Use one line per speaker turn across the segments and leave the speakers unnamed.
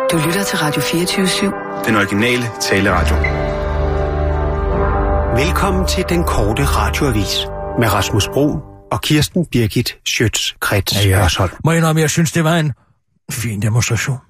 Du lytter til Radio 24/7.
Den originale taleradio.
Velkommen til den korte radioavis med Rasmus Bro og Kirsten Birgit Schøtz-Krets Hørsholm.
Må jeg indrømme, jeg synes, det var en fin demonstration.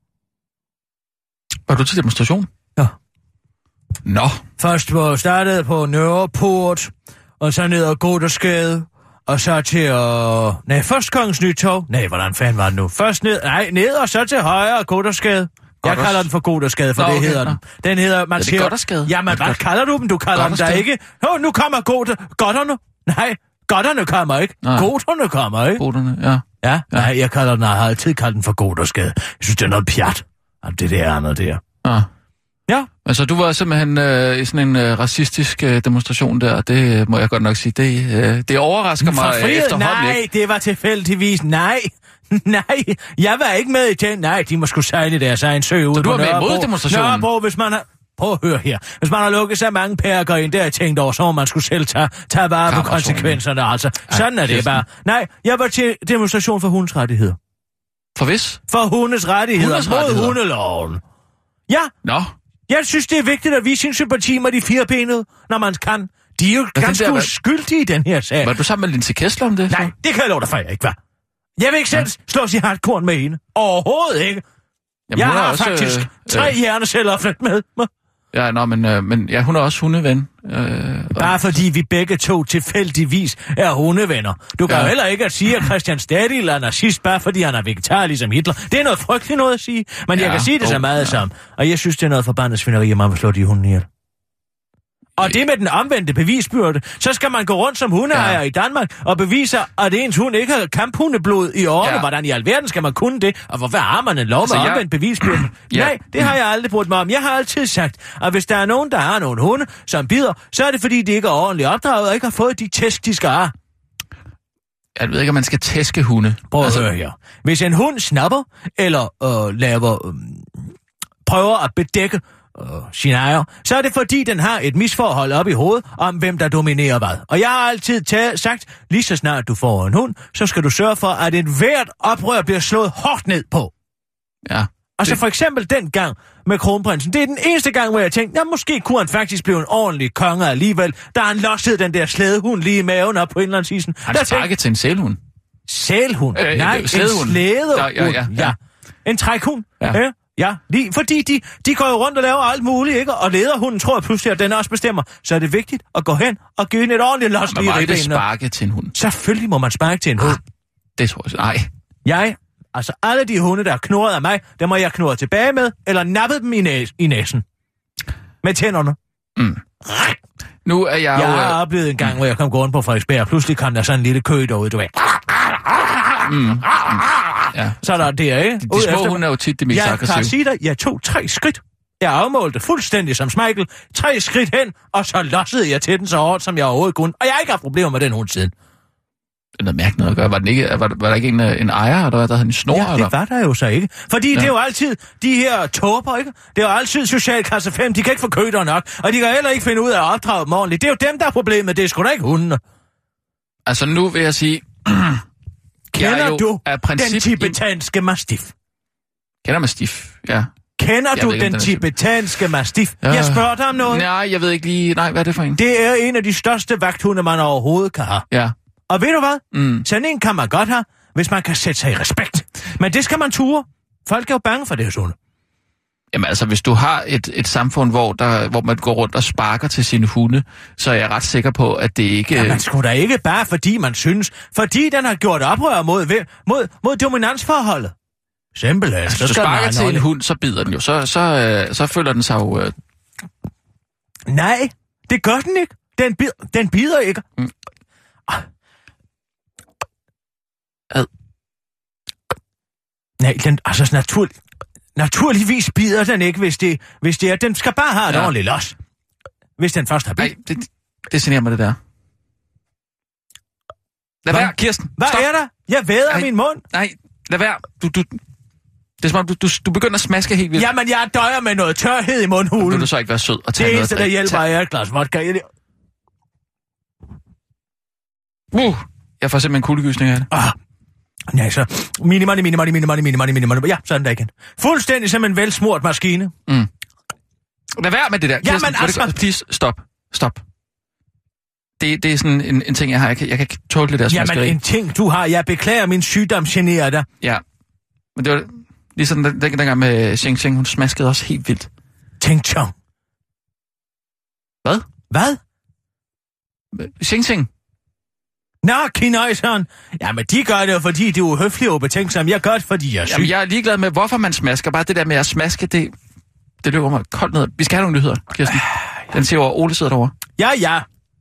Var du til demonstration?
Ja.
Nå.
Først var startet på Nørreport, og så ned ad Gothersgade, og så til først Kongens Nytorv. Nej, hvordan fanden var det nu? Først ned og så til højre Gothersgade. Jeg kalder den for Gothersgade, for det hedder den. Den hedder, man siger...
Gothersgade?
Jamen, hvad kalder du dem? Du kalder dem der ikke... Nu kommer Godterne. Nej, Godterne kommer ikke. Godterne kommer ikke.
Godterne, ja.
Ja, nej, jeg har altid kaldt den for Gothersgade. Jeg synes, det er noget pjat. Det der andet der. Ja.
Altså, du var simpelthen i sådan en racistisk demonstration der. Det må jeg godt nok sige. Det overrasker mig efterhånden.
Nej, det var tilfældigvis. Nej, jeg var ikke med i den. Nej, de må sgu sejle deres egen sø ud.
Så du var med imod demonstrationen?
Nørrebro, hvis man har... Prøv at høre her. Hvis man har lukket så mange pærker ind, der har tænkt over, så må man skulle selv tage vare på konsekvenserne. Altså, sådan er det bare. Nej, jeg var til demonstration for hundes rettigheder.
For hvis?
For hundes rettigheder. Mod hundeloven. Ja.
Nå.
Jeg synes, det er vigtigt at vise sin sympati med de firebenede, når man kan. De er jo ganske uskyldige i den her sag.
Var du sammen med Linse Kessler om det?
Nej, det kan jeg love dig for, jeg ikke var. Jeg vil ikke selv slås i hardkorn med hende. Overhovedet ikke. Jamen, jeg har også, faktisk 3 hjerneceller flyttet med mig.
Ja, men ja, hun er også hundeven.
Bare fordi vi begge to tilfældigvis er hundevenner. Du kan jo heller ikke at sige, at Christian Stadil er nazist, bare fordi han er vegetar ligesom Hitler. Det er noget frygteligt noget at sige, men jeg kan sige det så meget som. Og jeg synes, det er noget forbandet svineri, at man vil slå de hunde ihjel. Og det med den omvendte bevisbyrde, så skal man gå rundt som hundeejer i Danmark og bevise, at ens hund ikke har kamphundeblod i årene. Ja. Hvordan i alverden skal man kunne det? Og hvorfor har man en lov med omvendt bevisbyrde? Nej, det har jeg aldrig brugt mig om. Jeg har altid sagt, at hvis der er nogen, der har nogle hunde, som bider, så er det fordi, de ikke er ordentligt opdraget og ikke har fået de tæsk, de skal have.
Jeg ved ikke, om man skal tæske hunde.
Prøv at høre her. Hvis en hund snapper eller prøver at bedække sin ejer, så er det fordi, den har et misforhold op i hovedet om, hvem der dominerer hvad. Og jeg har altid sagt, lige så snart du får en hund, så skal du sørge for, at et hvert oprør bliver slået hårdt ned på.
Ja.
Og så for eksempel den gang med kronprinsen. Det er den eneste gang, hvor jeg tænkte, måske kunne han faktisk blive en ordentlig konge alligevel, da han lossede den der slædehund lige i maven op på indlandsisen.
Han sparkede til en sælhund.
Sælhund? Nej, en slædehund. Ja. En trækhund. Ja. Ja, lige, fordi de går jo rundt og laver alt muligt, ikke? Og lederhunden tror pludselig, at den også bestemmer. Så er det vigtigt at gå hen og give hende et ordentligt los lige i ribbenene.
Man må ikke sparke til en hund.
Selvfølgelig må man sparke til en hund.
Det tror jeg nej.
Altså alle de hunde, der har knurret af mig, dem må jeg knurre tilbage med, eller nappet dem i næsen. Med tænderne.
Nu er jeg
jo... Jeg har oplevet en gang, hvor jeg kom gående på Frederiksberg, og pludselig kom der sådan en lille kø derude, du ved.
Ja.
Så er der det, ikke?
De små hunde er jo tit det mest aggressive.
Jeg kan sige dig, jeg tog 3 skridt. Jeg afmålte fuldstændig som Schmeichel. 3 skridt hen, og så lossede jeg til den så hårdt, som jeg overhovedet kunne. Og jeg har ikke haft problemer med den hund siden.
Det er noget mærkeligt noget at gøre. Var der ikke en ejer, der havde en snor?
Ja, det var der jo så ikke. Fordi det er jo altid de her tåber, ikke? Det er jo altid socialklasse 5. De kan ikke få køder nok. Og de kan heller ikke finde ud af at opdrage dem ordentligt. Det er jo dem, der er problemet. Det er sgu da ikke hundene.
Altså nu vil jeg sige...
Kender du den tibetanske mastiff?
Kender mastiff, ja.
Kender du den tibetanske mastiff? Ja. Jeg spørger dig om noget.
Nej, jeg ved ikke lige... Nej, hvad er det for en?
Det er en af de største vagthunde, man overhovedet kan have.
Ja.
Og ved du hvad? Sådan en kan man godt have, hvis man kan sætte sig i respekt. Men det skal man ture. Folk er jo bange for det her sunde.
Jamen altså, hvis du har et samfund, hvor man går rundt og sparker til sine hunde, så er jeg ret sikker på, at det ikke...
Ja, man skulle da ikke bare, fordi man synes. Fordi den har gjort oprør mod dominansforholdet. Simpelthen.
Altså, hvis du sparker til en hund, så bider den jo. Så føler den sig jo...
Nej, det gør den ikke. Den bider ikke. Nej, naturligvis bider den ikke, hvis det er. Den skal bare have et ordentligt los. Hvis den først har bidt.
Nej, det generer mig, det der. Lad være, Kirsten.
Hvad er der? Jeg væder min mund.
Nej, lad være. Det er som om, du begynder at smaske helt vildt.
Jamen, jeg døjer med noget tørhed i mundhulen.
Vil du så ikke være sød og tage noget?
Det eneste, der hjælper, er et glas vodka.
Jeg får simpelthen kuldegysning af det.
Nej, så mini. Ja, sådan der igen. Fuldstændig som en velsmurt maskine.
Mm. Lad være med det der. Kirsten,
jamen altså...
Please, stop. Det er sådan en ting, jeg har. Jeg kan ikke tåle det der smaskeri.
Jamen, en ting, du har. Jeg beklager, min sygdom generer dig.
Ja, men det var ligesom dengang med Xing Xing. Hun smaskede også helt vildt.
Ting Chong. Hvad?
Xing Xing.
Nå, kineseren. Jamen, de gør det jo, fordi de er uhøflige og betænksomme. Jeg gør det, fordi jeg er syg.
Jamen, jeg er ligeglad med, hvorfor man smasker. Bare det der med at smaske, det løber mig koldt ned. Vi skal have nogle nyheder, Kirsten. Den ser over, Ole sidder derovre.
Ja.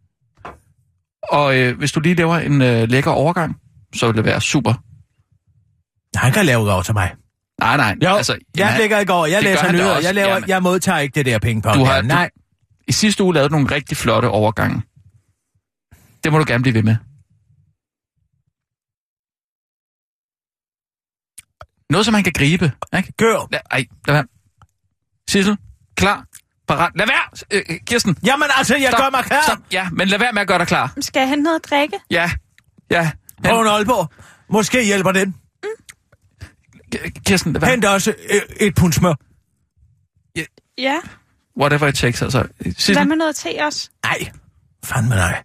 Og hvis du lige laver en lækker overgang, så vil det være super.
Han kan lave over til mig.
Nej.
Jo, altså, jeg lægger ikke over. Jeg læser nyheder. Jeg modtager ikke det der pingpong. Nej.
I sidste uge lavede nogle rigtig flotte overgange. Det må du gerne blive ved med. Noget, som man kan gribe. Ikke?
Gør.
Lad være. Sissel, klar, parat. Lad være, Kirsten.
Jamen altså, jeg gør mig klar.
Stop. Ja, men lad være med at gøre dig klar.
Skal jeg hente noget at drikke?
Ja.
På en Aalborg. Måske hjælper den.
Kirsten, lad være.
Hent også et pund smør.
Ja.
Whatever it takes, altså. Sissel.
Hvad med noget te også?
Nej. Fandme nej.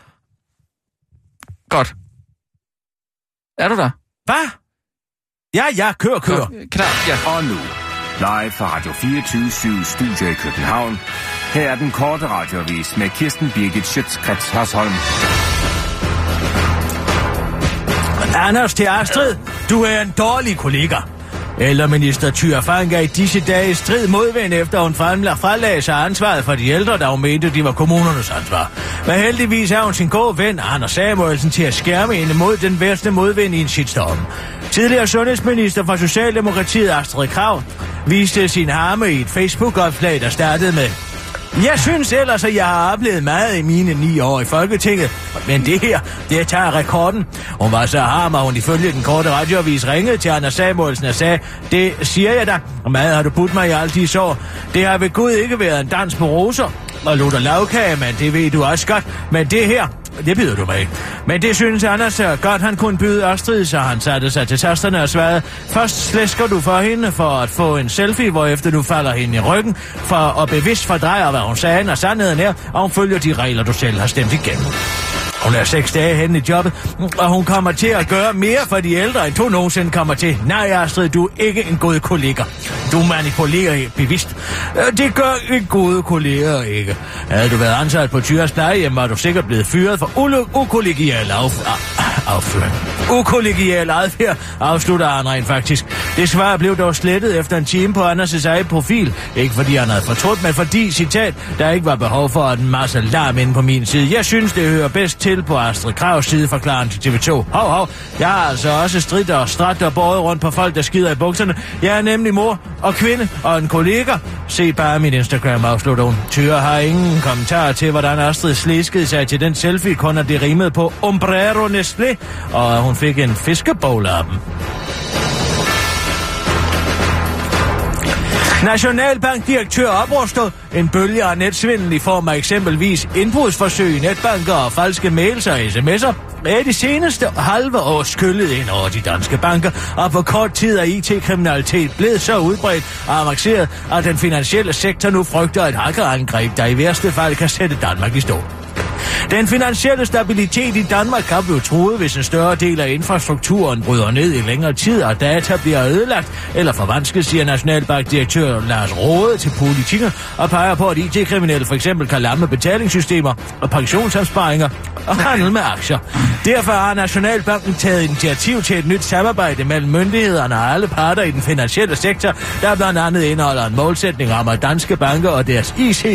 Godt. Er du der?
Hvad? Ja, kør.
Klar, ja.
Og nu, live fra Radio 24/7 Studio i København. Her er den korte radioavis med Kirsten Birgit Schøtz-Krets Hørsholm.
Anders til Astrid, du er en dårlig kollega. Ældreminister Thyra Frank er i disse dage i strid modvind, efter hun fralagde sig ansvaret for de ældre, der hun mente, de var kommunernes ansvar. Men heldigvis er hun sin gode ven, Anders Samuelsen, til at skærme hende mod den værste modvind i en shitstorm. Tidligere sundhedsminister for Socialdemokratiet Astrid Krag viste sin harme i et Facebook-opslag, der startede med: Jeg synes ellers, at jeg har oplevet meget i mine 9 år i Folketinget, men det her, det tager rekorden. Hun var så harm, at hun ifølge den korte radioavis ringede til Anders Samuelsen og sagde: Det siger jeg da, og meget har du budt mig i alle disse år. Det har ved Gud ikke været en dans på roser og lutter lavkage, men det ved du også godt. Men det her, det byder du mig ikke. Men det synes Anders godt, han kunne byde Astrid, så han satte sig til tasterne og svarede: Først slæsker du for hende for at få en selfie, hvorefter du falder hende i ryggen for at bevidst fordreje, hvad hun sagde, når sandheden er, og hun følger de regler, du selv har stemt igennem. Hun er 6 dage henne i jobbet, og hun kommer til at gøre mere for de ældre, end du nogensinde kommer til. Nej, Astrid, du er ikke en god kollega. Du manipulerer bevidst. Det gør en gode kolleger ikke. Havde du været ansat på Thyras plejehjem, var du sikkert blevet fyret for ukollegial ukollegial adfærd, afslutter han rent faktisk. Det svar blev dog slettet efter en time på Anders' egen profil. Ikke fordi han havde fortrudt, men fordi, citat, der ikke var behov for en masse larm inde på min side. Jeg synes, det hører bedst til på Astrid Krags side, forklarer han til TV2. Hov, jeg har altså også stridt og stræt og båret rundt på folk, der skider i bukserne. Jeg er nemlig mor og kvinde og en kollega. Se bare min Instagram, afslutter hun. Thyra har ingen kommentar til, hvordan Astrid sliskede sig til den selfie, kun at det rimede på Ombrero Nestlé, og hun fik en fiskebowl af dem. Nationalbankdirektør opruster en bølge af netsvindel i form af eksempelvis indbrudsforsøg i netbanker og falske mails og sms'er. Er de seneste halve år skyllet ind over de danske banker, og på kort tid er IT-kriminalitet blevet så udbredt og avanceret, at den finansielle sektor nu frygter et hackerangreb, der i værste fald kan sætte Danmark i stå. Den finansielle stabilitet i Danmark kan blive truet, hvis en større del af infrastrukturen bryder ned i længere tid, og data bliver ødelagt eller forvansket, siger Nationalbankdirektør Lars Rode til Politiken, og peger på, at IT-kriminelle for eksempel kan lamme betalingssystemer og pensionsopsparinger og handel med aktier. Derfor har Nationalbanken taget initiativ til et nyt samarbejde mellem myndighederne og alle parter i den finansielle sektor, der blandt andet indeholder en målsætning om, at danske banker og deres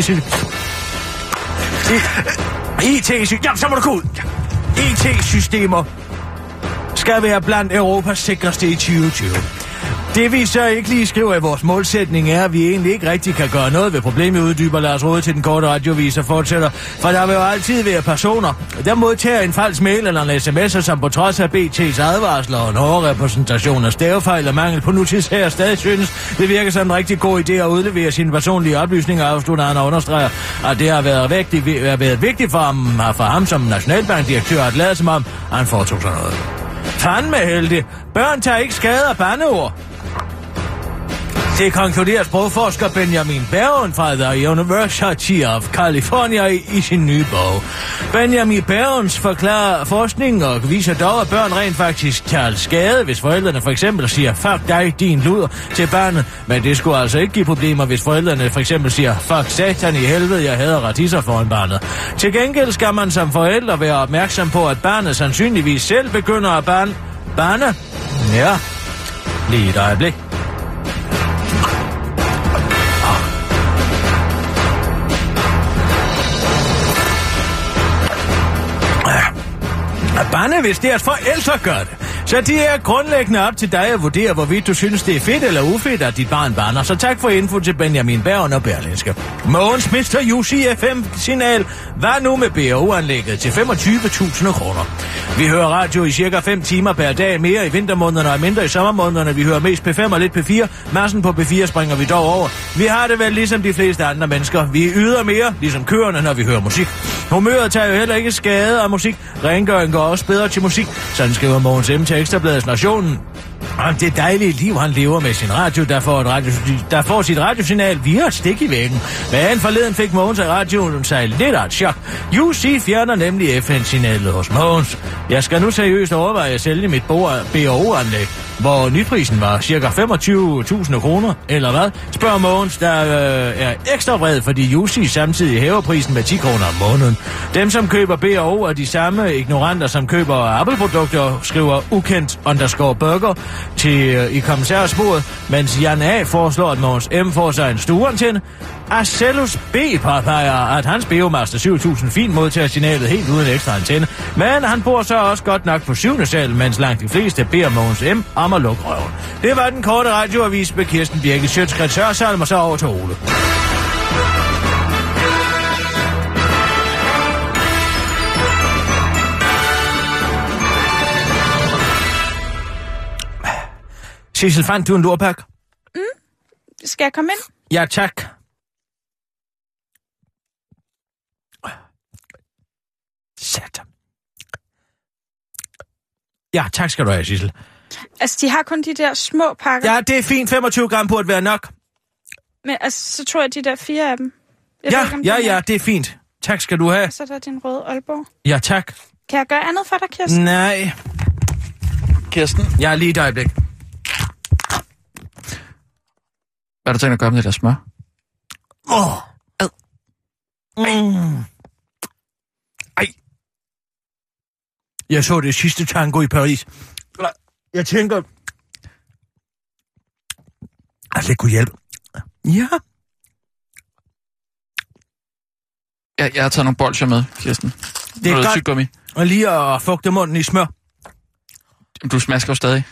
IT-systemer skal være blandt Europas sikreste i 2020. Det vi så ikke lige skriver i vores målsætning er, at vi egentlig ikke rigtig kan gøre noget ved problemet, uddyber Lars Rode til den korte radioavis og fortsætter. For der vil jo altid være personer, der modtager en falsk mail eller en sms'er, som på trods af BT's advarsler og en overrepræsentation af stavefejl og mangel på nutidsherre stadig synes, det virker som en rigtig god idé at udlevere sine personlige oplysninger, afslutter han og understreger, at det har været vigtigt for ham som nationalbankdirektør at lade som om, han foretog sig noget. Fandme heldig. Børn tager ikke skade af bandeord. Det konkluderer sprogforsker Benjamin Bergen fra The University of California i sin nye bog. Benjamin Bergens forklarer forskning og viser dog, at børn rent faktisk tager skade, hvis forældrene for eksempel siger, fuck dig, din luder, til barnet. Men det skulle altså ikke give problemer, hvis forældrene for eksempel siger, fuck satan i helvede, jeg hader ratisser foran barnet. Til gengæld skal man som forældre være opmærksom på, at barnet sandsynligvis selv begynder at barne. Ja, lige et øjeblik. At barne, hvis deres forældre gør det. Så det er grundlæggende op til dig at vurdere, hvorvidt du synes, det er fedt eller ufedt, at dit barn barner. Så tak for info til Benjamin Bergen og Berlingske. Mogens Mr. UCFM-signal var nu med BRO-anlægget til 25.000 kroner. Vi hører radio i cirka 5 timer per dag, mere i vintermånederne og mindre i sommermånederne. Vi hører mest P5 og lidt P4. Massen på P4 springer vi dog over. Vi har det vel ligesom de fleste andre mennesker. Vi yder mere, ligesom køerne, når vi hører musik. Humøret tager jo heller ikke skade af musik. Rengøring går også bedre til musik. Sådan skriver Mogens M. til Ekstrabladets Nationen. Og det dejlige liv, han lever med sin radio, der får sit radiosignal via et stik i væggen. Men forleden fik Mogens af radioen sig lidt af et chok. UC fjerner nemlig FN-signalet hos Mogens. Jeg skal nu seriøst overveje at sælge mit BRO-anlæg, hvor nyprisen var ca. 25.000 kroner, eller hvad? Spørger Mogens, der er ekstra vred, fordi UC samtidig hæver prisen med 10 kroner om måneden. Dem, som køber BRO, er de samme ignoranter, som køber Apple-produkter, skriver ukendt_burger i kommentarsporet, mens Jan A. foreslår, at Mogens M. får sig en stueantenne. Arcellus B. påpeger, at hans Beomaster 7000 fint modtager signalet helt uden ekstra antenne, men han bor så også godt nok på 7. sal, mens langt de fleste beder Mogens M. om at lukke røven. Det var den korte radioavis med Kirsten Birgit Schøtz-Krets Hørsholm, og så over til Ole. Sissel, fandt du en lurpak?
Skal jeg komme ind?
Ja, tak. Satan. Ja, tak skal du have, Sissel.
Altså, de har kun de der små pakker.
Ja, det er fint. 25 gram burde være nok.
Men altså, så tror jeg, de der 4 af dem.
Ja, det er fint. Tak skal du have.
Så er der din røde Aalborg.
Ja, tak.
Kan jeg gøre andet for dig, Kirsten?
Nej.
Kirsten?
Ja, lige et øjeblik.
Hvad har du tænkt at gøre med det der smør?
Ej. Jeg så det sidste tango i Paris. Jeg tænker, at det kunne hjælpe. Ja.
Jeg har taget nogle bolsjer med, Kirsten.
Det er godt. Og lige at fugte munden i smør.
Du smasker jo stadig.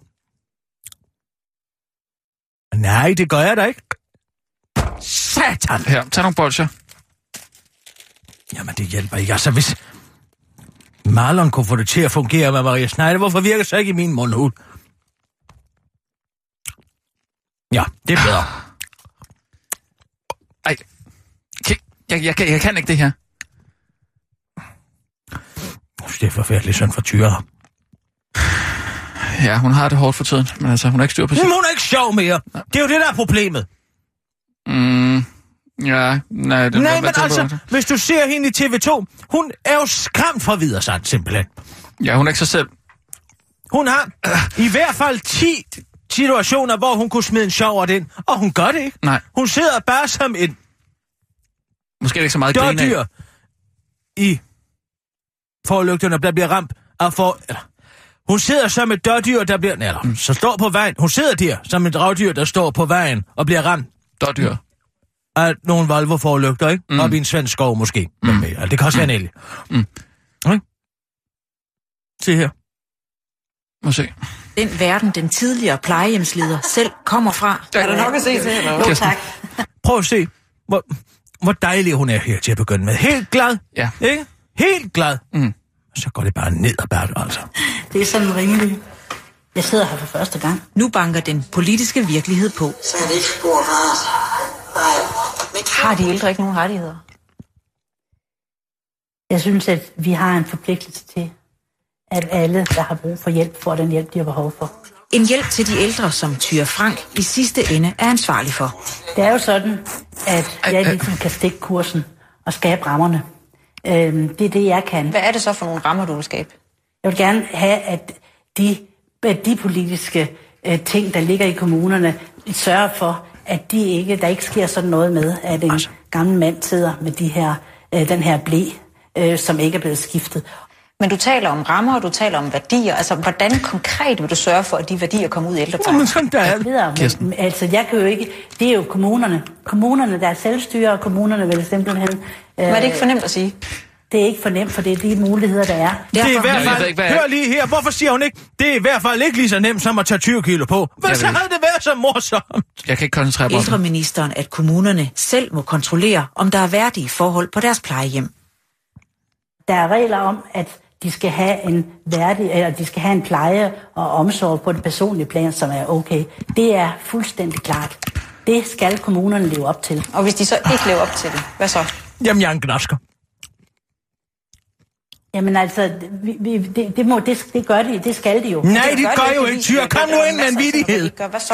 Nej, det gør jeg da ikke. Satan!
Her, tag nogle bolsjer.
Jamen, det hjælper ikke. Altså, hvis Marlon kunne få det til at fungere med Maria Schneider, hvorfor virker det så ikke i min mundhul? Ja, det er bedre.
Ej, jeg kan ikke det her.
Det er forfærdeligt sådan for tyre.
Ja, hun har det hårdt for tiden, men altså, hun er ikke styr på sig.
Hun er ikke sjov mere. Det er jo det, der er problemet.
Ja, nej.
Nej, men altså, hvis du ser hende i TV2, hun er jo skræmt for Videresand, simpelthen.
Ja, hun er ikke sig selv.
Hun har i hvert fald 10 situationer, hvor hun kunne smide en sjov ind, og hun gør det ikke.
Nej.
Hun sidder bare som en
måske er det ikke så meget grine
dårdyr i forlygterne, der bliver ramt af hun sidder som et dårdyr, der bliver... så står på vejen. Hun sidder der som et ravdyr, der står på vejen og bliver ramt.
Dårdyr?
Af nogle Volvo-forlygter, ikke? Op i en svensk skov, måske. Altså, det kan også være en elg. Okay? Se her.
Må se.
Den verden, den tidligere plejehjemsleder selv kommer fra.
Er der nok at se til, eller hvad?
Jo, tak.
Prøv at se, hvor dejlig hun er her til at begynde med. Helt glad.
Ja.
Ikke? Helt glad. Så går det bare ned ad bakke, altså.
Det er sådan rimelig. Jeg sidder her for første gang.
Nu banker den politiske virkelighed på.
Så er det ikke spor rart.
Har de ældre ikke nogen rettigheder?
Jeg synes, at vi har en forpligtelse til at alle, der har brug for hjælp, får den hjælp, de har behov for.
En hjælp til de ældre, som Thyra Frank i sidste ende er ansvarlig for.
Det er jo sådan, at jeg ligesom kan stikke kursen og skabe rammerne. Det er det, jeg kan.
Hvad er det så for nogle rammer, du vil skabe?
Jeg vil gerne have, at de politiske ting, der ligger i kommunerne, sørger for, at der ikke sker sådan noget med, at en gammel mand sidder med den her ble, som ikke er blevet skiftet.
Men du taler om rammer, og du taler om værdier. Altså, hvordan konkret vil du sørge for, at de værdier kommer ud i ældreplejen?
Altså, jeg kan jo ikke... Det er jo kommunerne. Kommunerne, der er selvstyre, og kommunerne vil simpelthen...
Men er det ikke for nemt at sige?
Det er ikke for nemt, for det er de muligheder, der er.
Det er i hvert fald... Hør lige her. Hvorfor siger hun ikke? Det er i hvert fald ikke lige så nemt som at tage 20 kilo på. Hvad så havde det været så morsomt?
Jeg kan ikke koncentrere mig om
ældreministeren, at kommunerne selv må kontrollere, om der er værdige forhold på deres plejehjem.
Der er regler om, at de skal have en pleje og omsorg på det personlige plan, som er okay. Det er fuldstændig klart. Det skal kommunerne leve op til.
Og hvis de så ikke lever op til det, hvad så?
Jamen, jeg er en gnasker.
Jamen altså, det gør de. Det skal de jo.
Nej, de gør jo ikke, Thyra. Kom nu ind med en vittighed.
Hvad så?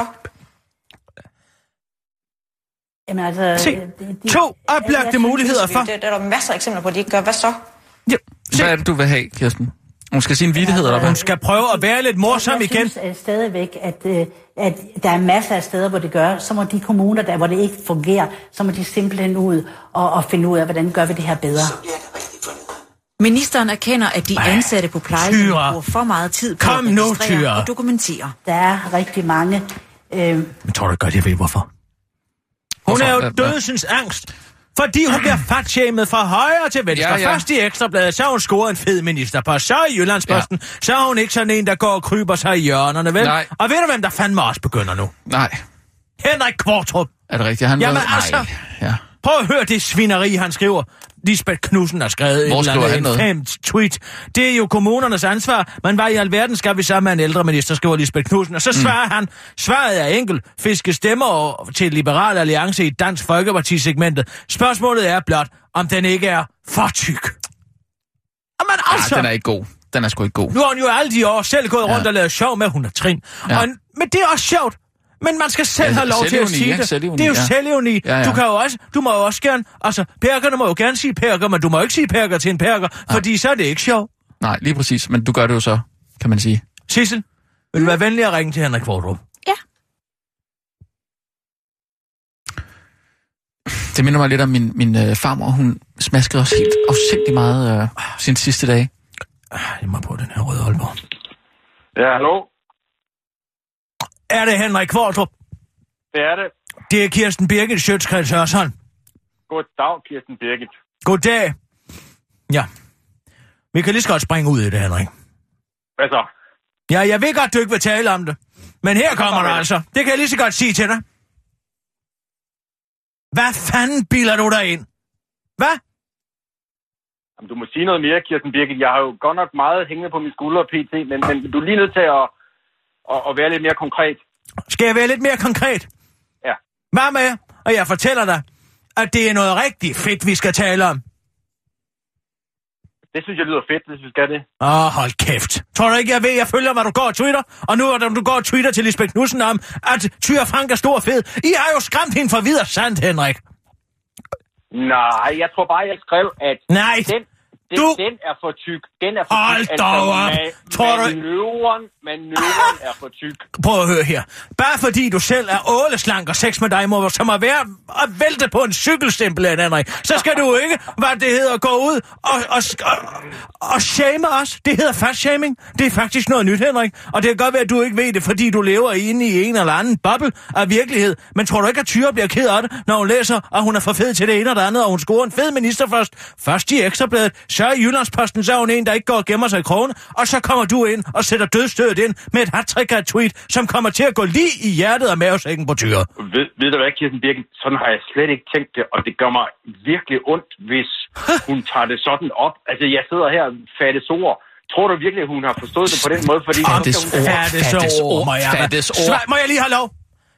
Jamen altså...
To oplagte muligheder for...
Der er der masser af eksempler på, at de ikke gør. Hvad så?
Ja. Hvad er det, du vil have, Kirsten? Hun skal sige en vittighed, eller hvad?
Hun skal prøve at være lidt morsom igen.
Jeg synes stadigvæk, at der er masser af steder, hvor det gør. Så må de kommuner, der hvor det ikke fungerer, så må de simpelthen ud og finde ud af, hvordan gør vi det her bedre.
Ministeren erkender, at de ansatte på plejehjem bruger for meget tid på at registrere og dokumentere.
Der er rigtig mange...
Men tror du godt, jeg ved hvorfor? Hun er jo dødsens angst. Fordi hun bliver fatshamed fra højre til venstre. Ja. Først i Ekstrabladet, så har hun scoret en fed ministerpost. Så i Jyllandsposten, så er hun ikke sådan en, der går og kryber sig i hjørnerne, vel?
Nej.
Og ved du, hvem der fandme også begynder nu?
Nej.
Henrik Kvartrup.
Er det rigtigt? Han
jamen altså, prøv at høre det svineri, han skriver. Lisbeth Knudsen har skrevet en tweet. Det er jo kommunernes ansvar, men hvad i alverden skal vi sammen med en ældreminister, skriver Lisbeth Knudsen. Og så svarer han, svaret er enkelt. Fiske stemmer til Liberal Alliance i Dansk Folkeparti-segmentet. Spørgsmålet er blot, om den ikke er for tyk. Men altså,
den er ikke god. Den er sgu ikke god.
Nu har hun jo alle de år selv gået rundt og lavet sjov med, at hun er trin. Ja. Men det er også sjovt. Men man skal selv have lov til at sige det. Det er jo selvevni. Ja. Du må jo også gerne... Altså, perkerne må jo gerne sige perker, men du må ikke sige perker til en perker, fordi så er det ikke sjovt.
Nej, lige præcis. Men du gør det jo så, kan man sige.
Sissel, vil du være venlig at ringe til Henrik Kvartrup?
Ja.
Det minder mig lidt om min farmor. Hun smaskede også helt afsindig meget sin sidste dag.
Jeg må på den her røde Aalborg.
Ja, hallo?
Er det Henrik Kvartrup?
Det er det.
Det er Kirsten Birgit Schøtz-Krets Hørsholm.
Goddag, Kirsten Birgit.
Goddag. Ja. Vi kan lige så godt springe ud i det, Henrik.
Hvad så?
Ja, jeg ved godt, du ikke vil tale om det. Men her kommer det altså. Det kan jeg lige så godt sige til dig. Hvad fanden bilder du dig ind? Hvad?
Jamen, du må sige noget mere, Kirsten Birgit. Jeg har jo godt nok meget hængende på min skulder pt, men du er lige nødt til at være lidt mere konkret.
Skal jeg være lidt mere konkret?
Ja.
Hvad med? Og jeg fortæller dig, at det er noget rigtig fedt, vi skal tale om.
Det synes jeg lyder fedt, hvis vi skal det.
Hold kæft. Tror du ikke, jeg ved, jeg følger, hvad du går og tweeter? Og nu er du går og tweeter til Lisbeth Knudsen om, at Thyra Frank er stor og fed. I har jo skræmt hende for videre sandt, Henrik.
Nej, jeg tror bare, jeg skrev, at
nej.
Den er for tyk. Den er for
hold
tyk.
Hold
altså, manøvren er for tyk.
Prøv at høre her. Bare fordi du selv er åleslank og sex med dig, må som at være at vælte på en cykelstempel af Henrik, så skal du ikke, hvad det hedder, gå ud og shame os. Det hedder fatshaming. Det er faktisk noget nyt, Henrik. Og det kan godt være, at du ikke ved det, fordi du lever inde i en eller anden boble af virkelighed. Men tror du ikke, at Thyra bliver ked af det, når hun læser, at hun er for fed til det ene og det andet, og hun scorer en fed minister først i Ekstrabladet, så i Jyllandsposten, så er hun en, der ikke går og gemmer sig i krogen, og så kommer du ind og sætter dødstødet ind med et hat-trick af et tweet, som kommer til at gå lige i hjertet af mavesækken på Thyra.
Ved du hvad, Kirsten Birgit? Sådan har jeg slet ikke tænkt det, og det gør mig virkelig ondt, hvis hun tager det sådan op. Altså, jeg sidder her fattes ord. Tror du virkelig, at hun har forstået det på den måde? Fordi
fattes ord. Må jeg lige have lov?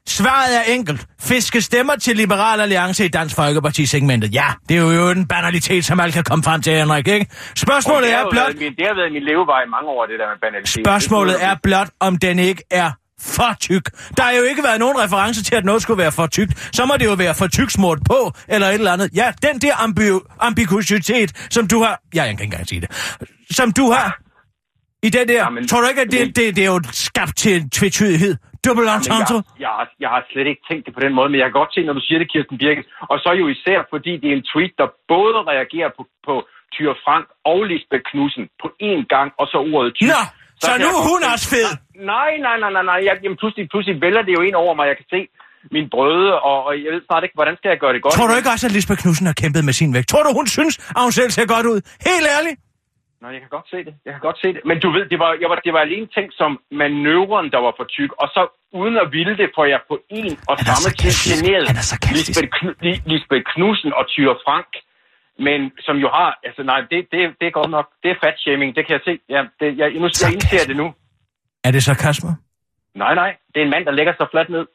Svaret er enkelt. Fiske stemmer til Liberal Alliance i Dansk Folkeparti-segmentet. Ja, det er jo en banalitet, som alt kan komme frem til, Henrik, ikke? Spørgsmålet er blot...
Det har været min levevej i mange år, det der med banalitet.
Spørgsmålet er blot, om den ikke er for tyk. Der har jo ikke været nogen reference til, at noget skulle være for tykt. Så må det jo være for tyksmurt på, eller et eller andet. Ja, den der ambiguitet, som du har... Ja, jeg kan ikke engang sige det. Som du har i det der. Jamen, tror du ikke, at det er jo skabt til en tvetydighed? Dobbelt entendre?
Jeg har slet ikke tænkt det på den måde, men jeg kan godt se, når du siger det, Kirsten Birgit. Og så jo især, fordi det er en tweet, der både reagerer på Thyra Frank og Lisbeth Knudsen på én gang, og så ordet tyk.
Nå, så nu er hun også fed.
Nej. Jamen, pludselig vælger det jo ind over mig. Jeg kan se min brøde, og jeg ved snart ikke, hvordan skal jeg gøre det godt.
Tror du ikke også, at Lisbeth Knudsen har kæmpet med sin vægt? Tror du, hun synes, at hun selv ser godt ud? Helt ærligt?
Nej, jeg kan godt se det. Men du ved, det var alene ting som manøvren, der var for tyk, og så uden at ville det, får jeg på en og samme tid generet Lisbeth Knudsen og Thyra Frank, men som jo har, altså nej, det er godt nok, det er fatshaming, det kan jeg se. Ja, jeg indser det nu.
Er det sarkasme?
Nej, det er en mand, der lægger sig fladt ned.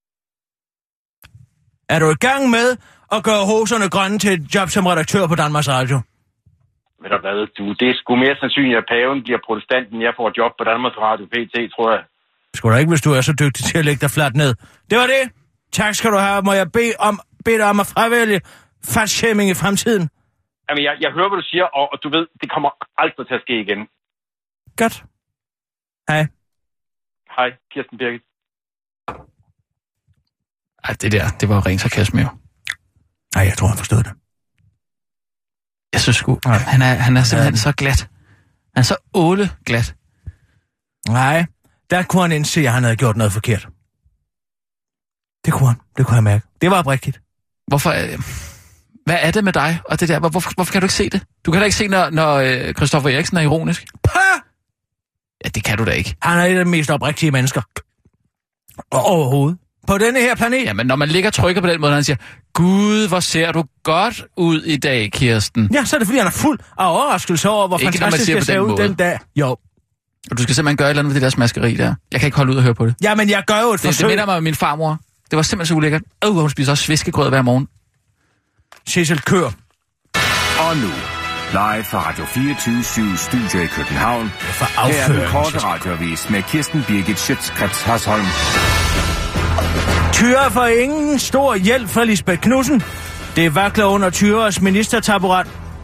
Er du i gang med at gøre hoserne grønne til et job som redaktør på Danmarks Radio?
Ved du hvad, det er sgu mere sandsynligt, at paven bliver protestant, end jeg får et job på Danmarks Radio PT, tror jeg.
Sgu da ikke, hvis du er så dygtig til at lægge dig fladt ned. Det var det. Tak skal du have. Må jeg bede dig om at fravælge fatshaming i fremtiden?
Jamen, jeg hører, hvad du siger, og du ved, det kommer aldrig til at ske igen.
Godt. Hej.
Hej, Kirsten Birgit.
Ej, det var jo ren sarkasme, jo.
Nej, jeg tror, han forstod det.
Jeg synes sgu, han er simpelthen så glat. Han er så åleglat.
Nej, der kunne han indse, at han havde gjort noget forkert. Det kunne jeg mærke. Det var oprigtigt.
Hvorfor... Hvad er det med dig og det der? Hvorfor kan du ikke se det? Du kan da ikke se, når Christoffer Eriksen er ironisk. Ja, det kan du da ikke.
Han er et af de mest oprigtige mennesker. Overhovedet. På denne her planet.
Ja, men når man ligger og trykker på den måde, han siger, Gud, hvor ser du godt ud i dag, Kirsten.
Ja, så er det, fordi han er fuld af overraskelse over, hvor ikke fantastisk jeg ser ud den dag. Jo.
Og du skal simpelthen gøre et eller andet ved det der smaskeri der. Jeg kan ikke holde ud og høre på det.
Ja, men jeg gør jo et forsøg.
Det minder mig om min farmor. Det var simpelthen så ulækkert. Hun spiser også sviskegrød hver morgen.
Cecil, kør.
Og nu, live fra Radio 24/7 Studio i København. Her er den korte radioavis med Kirsten Birgit Schøtz-Krets Hasholm.
Thyra får ingen stor hjælp fra Lisbeth Knudsen. Det vakler under Thyras ministertaburet.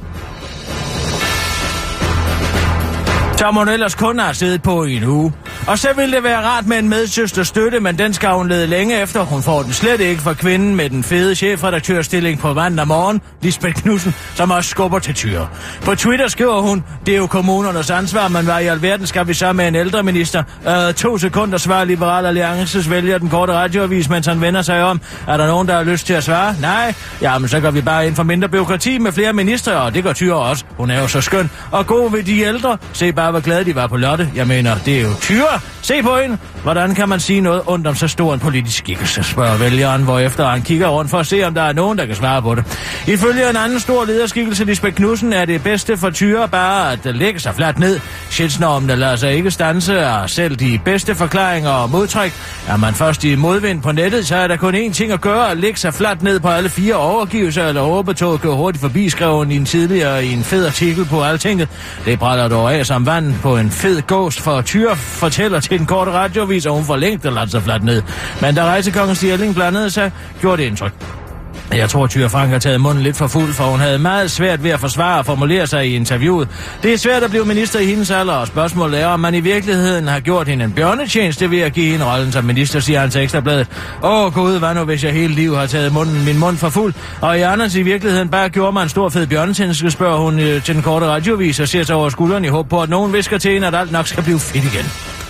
Som hun ellers kun har siddet på i en uge. Og så ville det være rart med en medsøsters støtte, men den skal hun lede længe efter. Hun får den slet ikke fra kvinden med den fede chefredaktørstilling på mandag morgen, Lisbeth Knudsen, som også skubber til Thyra. På Twitter skriver hun, det er jo kommunernes ansvar, men hvad i alverden skal vi så med en ældreminister? 2 sekunder svarer Liberal Alliances vælger den korte radioavis, mens han vender sig om. Er der nogen, der har lyst til at svare? Nej. Jamen, så går vi bare ind for mindre bureaukrati med flere ministre, og det gør Thyra også. Hun er jo så skøn og god ved de ældre. Se bare, hvor glade de var på Lotte. Jeg mener, det er jo Thyra. Se på hende. Hvordan kan man sige noget ondt om så stor en politisk skikkelse, spørger vælgeren, hvorefter han kigger rundt for at se, om der er nogen, der kan svare på det. Ifølge en anden stor lederskikkelse, Lisbeth Knudsen, er det bedste for Thyra bare at lægge sig fladt ned. Shitstormene lader sig ikke standse, og selv de bedste forklaringer og modtræk. Er man først i modvind på nettet, så er der kun én ting at gøre, at lægge sig fladt ned på alle 4 overgivelser, eller overbetoget gå hurtigt forbi, skrev i en tidligere i en fed artikel på Altinget. Det brænder dog af som vand på en fed ghost, for Thyra fortæller til den korte radioavis, og hun for længst lader sig fladt ned. Men da rejsekongens Stirling blandede sig, gjorde det indtryk. Jeg tror, Thyra Frank har taget munden lidt for fuld, for hun havde meget svært ved at forsvare og formulere sig i interviewet. Det er svært at blive minister i hendes alder, og spørgsmålet er, om man i virkeligheden har gjort hende en bjørnetjeneste ved at give hende rollen som minister, siger han til Ekstrabladet. Gud, hvad nu, hvis jeg hele livet har taget min mund for fuld, og i Anders i virkeligheden bare gjorde mig en stor fed bjørnetjeneste, spørger hun til den korte radioavis og ser sig over skulderen i håb på, at nogen visker til hende, at alt nok skal blive fedt igen.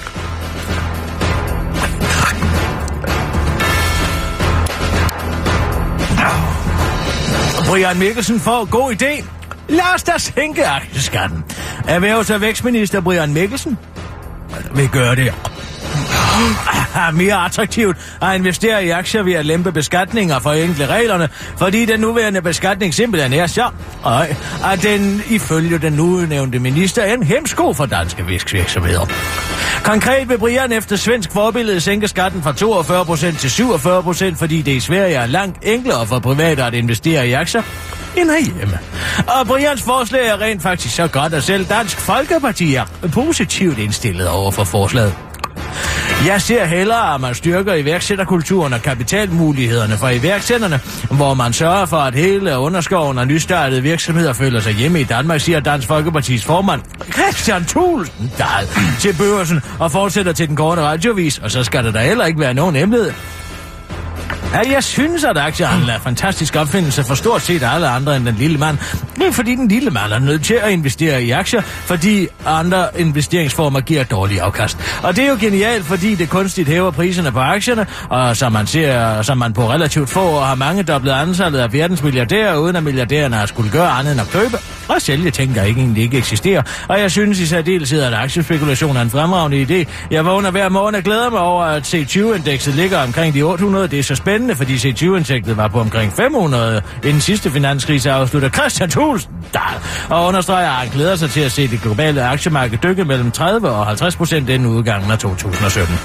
Brian Mikkelsen får god idé. Lad os da sænke aktieskatten. Erhvervs- og vækstminister Brian Mikkelsen vil gøre det. er mere attraktivt at investere i aktier ved at lempe beskatninger for enkle reglerne, fordi den nuværende beskatning simpelthen er så høj, at den ifølge den nu nævnte minister er en hemsko for danske virksomheder. Konkret vil Brian efter svensk forbillede sænke skatten fra 42% til 47%, fordi det i Sverige er langt enklere for private at investere i aktier end herhjemme. Og Brians forslag er rent faktisk så godt, at selv Dansk Folkeparti er positivt indstillet over for forslaget. Jeg ser hellere, at man styrker iværksætterkulturen og kapitalmulighederne for iværksætterne, hvor man sørger for, at hele underskoven og nystartede virksomheder føler sig hjemme i Danmark, siger Dansk Folkepartis formand Christian Thulesen Dahl til Børsen og fortsætter til den korte radiovis, og så skal der da heller ikke være nogen hemmelighed. Ja, jeg synes, at aktiehandel er en fantastisk opfindelse for stort set alle andre end den lille mand. Det er fordi den lille mand er nødt til at investere i aktier, fordi andre investeringsformer giver dårlig afkast. Og det er jo genialt, fordi det kunstigt hæver priserne på aktierne, og som man på relativt få år har mange dobblet antallet af verdens milliardærer, uden at milliardærerne har skulle gøre andet end at købe og sælge ting, der egentlig ikke eksisterer. Og jeg synes i særdeleshed, at aktiespekulation er en fremragende idé. Jeg vågner hver morgen og glæder mig over, at C20-indekset ligger omkring de 800. Det er så spændende, fordi C20-indekset var på omkring 500 inden sidste finanskrise afslutter. Christian Thulesen Dahl og understreger, at han glæder sig til at se det globale aktiemarked dykke mellem 30 og 50% inden udgangen af 2017.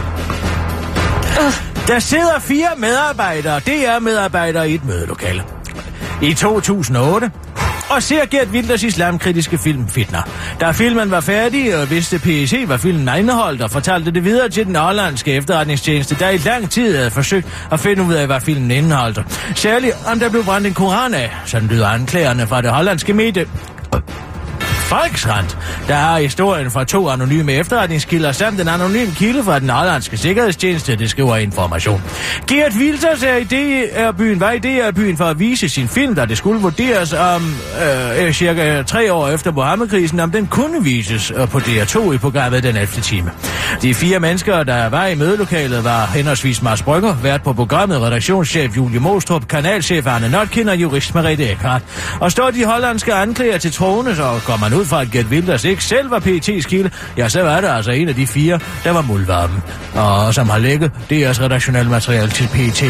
Der sidder 4 medarbejdere, DR-medarbejdere i et mødelokale. I 2008 og ser Geert Wilders islamkritiske film Fitner. Da filmen var færdig og vidste PET, hvad filmen indeholdt, og fortalte det videre til den hollandske efterretningstjeneste, der i lang tid havde forsøgt at finde ud af, hvad filmen indeholdt. Særligt om der blev brændt en koran af, sådan lyder anklagerne fra det hollandske medie Volkskrant, der har historien fra 2 anonyme efterretningskilder samt en anonym kilde fra den hollandske sikkerhedstjeneste, det skriver Information. Geert Wilders var i DR-byen for at vise sin film, da det skulle vurderes om cirka 3 år efter Mohammed-krisen, om den kunne vises på DR2 i programmet Den 11. time. De 4 mennesker, der var i mødelokalet, var henholdsvis Mads Brygger, vært på programmet, redaktionschef Julie Mostrup, kanalchef Arne Notkin og jurist Merete Eckhart. Og står de hollandske anklager til troende, så går man ud fra, at Geert Wilders ikke selv var PET's kilde, ja, så var det altså en af de 4, der var muldvarpen, og som har lækket deres redaktionelle materiale til PET.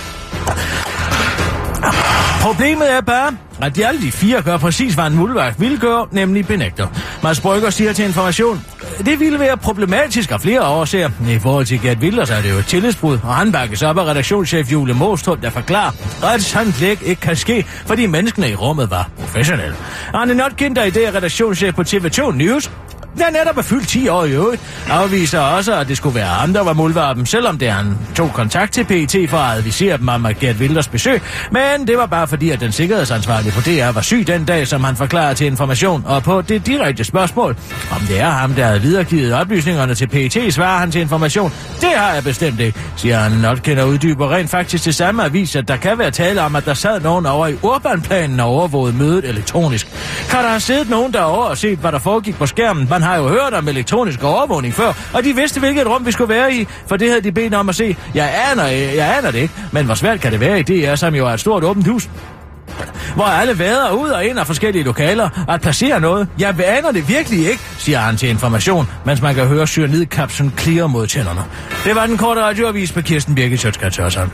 Problemet er bare, at de alle de 4 gør præcis, hvad en muldvarp ville gøre, nemlig benægter. Mads Brygger siger til Information, det ville være problematisk af flere årsager. I forhold til Geert Wilders er det jo et tillidsbrud, og han bakkes op af redaktionschef Julie Mostrup, der forklarer, at sådan læg ikke kan ske, fordi menneskene i rummet var professionelle. Arne Notkin, der i dag er redaktionschef på TV2 News, der netop er fyldt 10 år i øvrigt, afviser også, at det skulle være ham, der var muldvarpen, selvom det han tog kontakt til PET for at advisere dem om Geert Wilders besøg. Men det var bare fordi, at den sikkerhedsansvarlige på DR var syg den dag, som han forklarede til Information. Og på det direkte spørgsmål, om det er ham, der havde videregivet oplysningerne til PET, svarer han til Information. Det har jeg bestemt ikke, siger han. Notkin og uddyber rent faktisk til samme avis, at der kan være tale om, at der sad nogen over i Urbanplanen og overvågede mødet elektronisk. Kan der have siddet nogen derovre og set, hvad der foregik på skærmen? Man har jo hørt om elektronisk overvågning før, og de vidste, hvilket rum vi skulle være i, for det havde de bedt om at se. Jeg aner det ikke, men hvor svært kan det være i DR, som jo er et stort åbent hus, hvor alle vader ud og ind af forskellige lokaler at placere noget. Jeg aner det virkelig ikke, siger han til Information, mens man kan høre cyanidkapslen klirre mod tænderne. Det var den korte radioavis på Kirsten Birgit Schøtzgrads Hørsholm.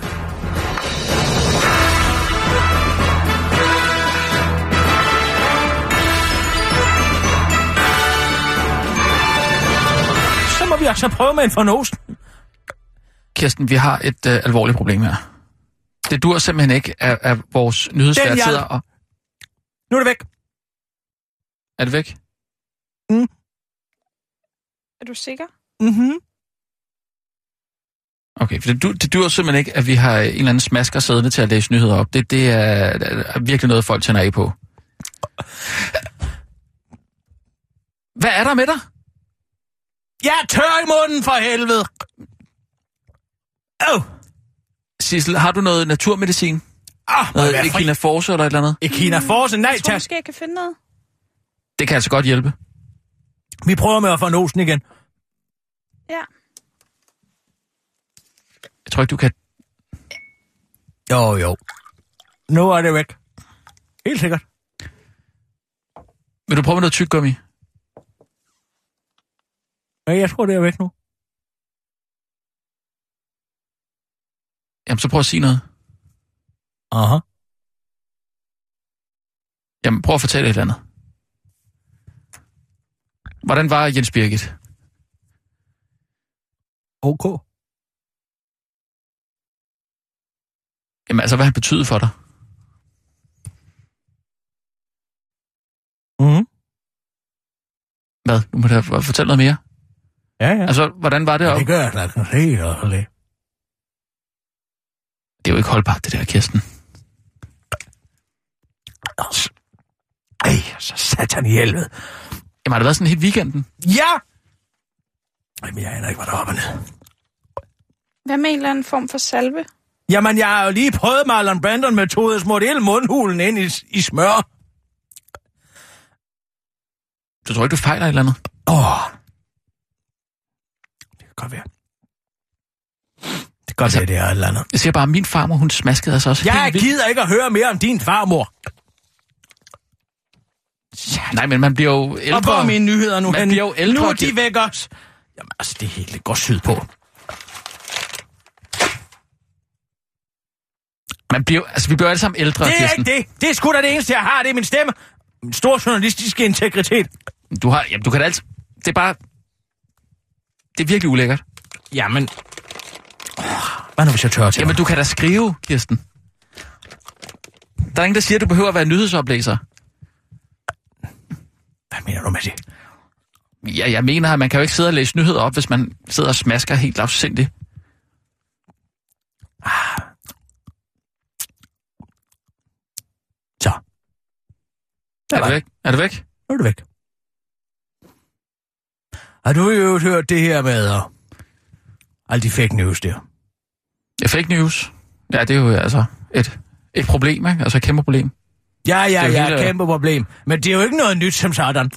Vi altså prøve med en fornosen.
Kirsten, vi har et alvorligt problem her. Det dur simpelthen ikke, at vores nyhedsvært sidder og...
Nu er det væk.
Er det væk?
Mm. Er du sikker?
Mhm.
Okay, for det dur simpelthen ikke, at vi har en eller anden smasker siddende til at læse nyheder op. Det er virkelig noget, folk tænder af på. Hvad er der med dig?
Jeg er tør i munden, for helvede!
Sissel, har du noget naturmedicin? Noget Echinaforce eller et eller andet?
Echinaforce? Nej,
jeg tror måske, jeg kan finde noget.
Det kan altså godt hjælpe.
Vi prøver med at få nosen igen.
Ja.
Jeg tror ikke, du kan...
Jo. Nu er det væk. Helt sikkert.
Vil du prøve med noget tyggegummi?
Ja, jeg tror, det er væk nu.
Jamen, så prøv at sige noget.
Aha.
Jamen, prøv at fortælle et eller andet. Hvordan var Jens Birgit?
OK.
Jamen, altså, hvad han betyder for dig?
Mhm.
Hvad? Du må da fortælle noget mere.
Ja.
Altså, hvordan var det?
Ja, det gør jeg da.
Det er jo ikke holdbart, det der, Kirsten.
Så satan i helvede.
Jamen, har det været sådan helt weekenden?
Ja! Jamen, jeg aner ikke, hvad der er op og ned.
Hvad med en eller anden form for salve?
Jamen, jeg har jo lige prøvet Marlon Brandon-metode, smurt hele mundhulen ind i smør.
Du tror ikke, du fejler et eller andet?
Det kan godt være. Det kan godt være, det er et eller andet.
Jeg siger bare, at min farmor, hun smaskede altså også
jeg gider ikke at høre mere om din farmor.
Nej, men man bliver jo ældre.
Og hvor er mine nyheder nu?
Man bliver jo ældre.
Nu er de væk også. Jamen, altså, det hele går sydpå.
Man bliver, altså, vi bliver alle sammen ældre,
Det er
Kirsten.
ikke det. Det er sgu da det eneste, jeg har. Det er min stemme. Min store journalistiske integritet.
Du kan altid... Det er bare... Det er virkelig ulækkert.
Jamen... Hvad nu, hvis jeg tør til?
Jamen, du kan da skrive, Kirsten. Der er ingen, der siger, at du behøver at være nyhedsoplæser.
Hvad mener du med det?
Ja, jeg mener, at man kan jo ikke sidde og læse nyheder op, hvis man sidder og smasker helt afsindigt.
Så.
Er det væk? Er det væk?
Nu er det væk. Har du jo hørt det her med alle de fake news der?
Ja, fake news? Ja, det er jo altså et problem, ikke? Altså et kæmpe problem.
Ja, et kæmpe problem. Men det er jo ikke noget nyt som sådan.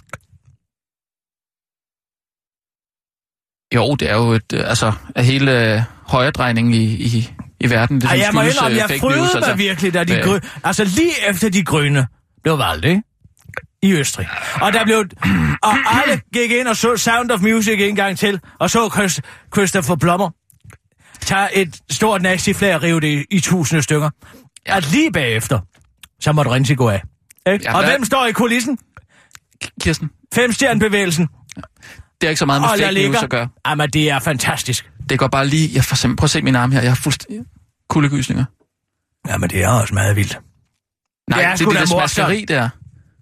Jo, det er jo at hele højredrejningen i verden. Det,
jeg må indrømme, jeg frydede mig virkelig, da de altså lige efter de grønne blev valgt, ikke? I Østrig. Og der blev... Og alle gik ind og så Sound of Music en gang til, og så Christopher Plummer tage et stort nazi-flag og rive det i tusinde stykker. Ja. At lige bagefter, så måtte Renzi gå af. Ikke? Ja, og hvem står i kulissen?
Kirsten.
5-stjernebevægelsen.
Det er ikke så meget med fake news at gøre.
Jamen, det er fantastisk.
Det går bare lige... Prøv at se min arm her. Jeg har fuldstændig kuldegysninger.
Jamen, det er også meget vildt.
Nej, det er det smaskeri, der.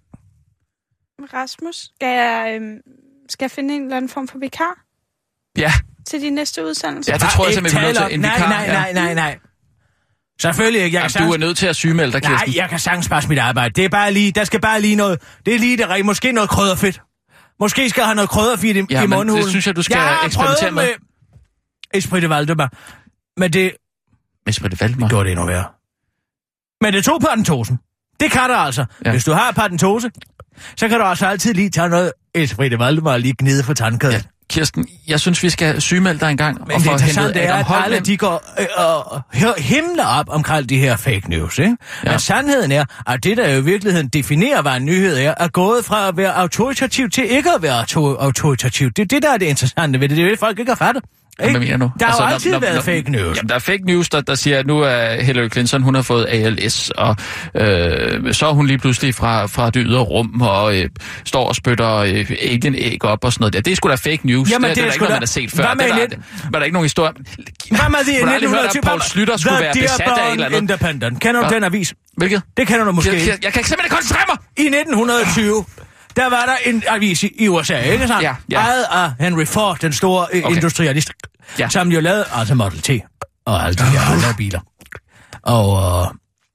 Rasmus, skal jeg finde en eller anden form for vikar?
Ja.
Til de næste udsendelser?
Ja, det tror jeg simpelthen, vi er nødt til en vikar.
Nej. Selvfølgelig ikke.
Du er nødt til at sygemelde dig, Kirsten.
Nej, jeg kan sagtens passe mit arbejde. Det er bare lige... Der skal bare lige noget... Det er lige det. Måske noget krydderfedt. Måske skal jeg have noget krydderfedt i mundhulen.
Det synes jeg, du skal eksperimentere med.
Esprit Valdemar. Men det...
Esprit Valdemar?
Det gjorde det endnu værre. Men det tog patentosen. Det kan der altså. Ja. Hvis du har patentose, så kan du altså altid lige tage noget Esprit Valdemar og lige gnide for tandkæden. Ja.
Kirsten, jeg synes, vi skal sygemelde dig en gang.
Men og det interessante er, at alle de går himler op omkring de her fake news, ikke? Ja. Men sandheden er, at det, der jo i virkeligheden definerer, hvad en nyhed er gået fra at være autoritativ til ikke at være autoritativ. Det er det, der er det interessante ved det. Det er det, folk ikke har fattet.
Hvad mener du?
Der har jo altid været fake news.
Jamen, der er fake news, der siger, at nu er Hillary Clinton, hun har fået ALS, og så er hun lige pludselig fra det ydre rum, og står og spytter alien-æg op og sådan noget der. Det er sgu da fake news.
Jamen,
det er ikke noget, man har set før. Var der ikke nogen historie?
Hvad med det?
Man har aldrig hørt, at Poul Schlüter skulle være besat af et eller andet.
Independent. Kender du den avis?
Hvilket?
Det kender du måske.
Jeg kan simpelthen ikke koncentrere mig!
I 1920... Der var der en avis i USA, ikke sant?
Ja.
Ejet af Henry Ford, den store industrialist, som jo lavede altså Model T og alle de her andre biler. Og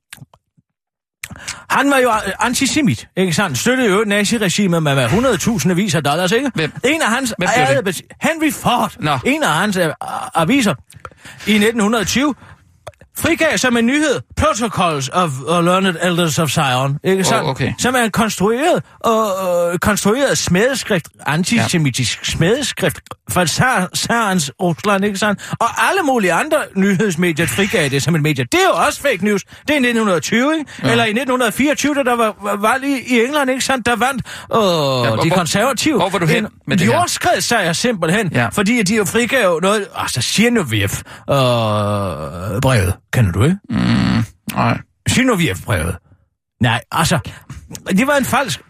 han var jo antisemit, ikke sandt? Støttede jo naziregimet med 100.000 aviser dollars, ikke?
Hvem?
En af hans Henry Ford, en af hans aviser i 1920 frigav som en nyhed Protocols of Learned Elders of Zion, ikke sandt?
Okay.
Som er en konstrueret smedeskrift, antisemitisk smedeskrift fra Sarens Rusland, ikke sandt? Og alle mulige andre nyhedsmedier frigav det som en medie. Det er jo også fake news. Det er i 1920, ikke? Ja. Eller i 1924, da der var valg i England, ikke sandt? Der vandt de konservative.
Hvor var du hen med det her?
Jordskred sagde jeg simpelthen, fordi de jo frigav noget, altså Zhirnoviev brevet. kender du ikke?
Nej.
Zinoviev-brevet. Nej, altså, det var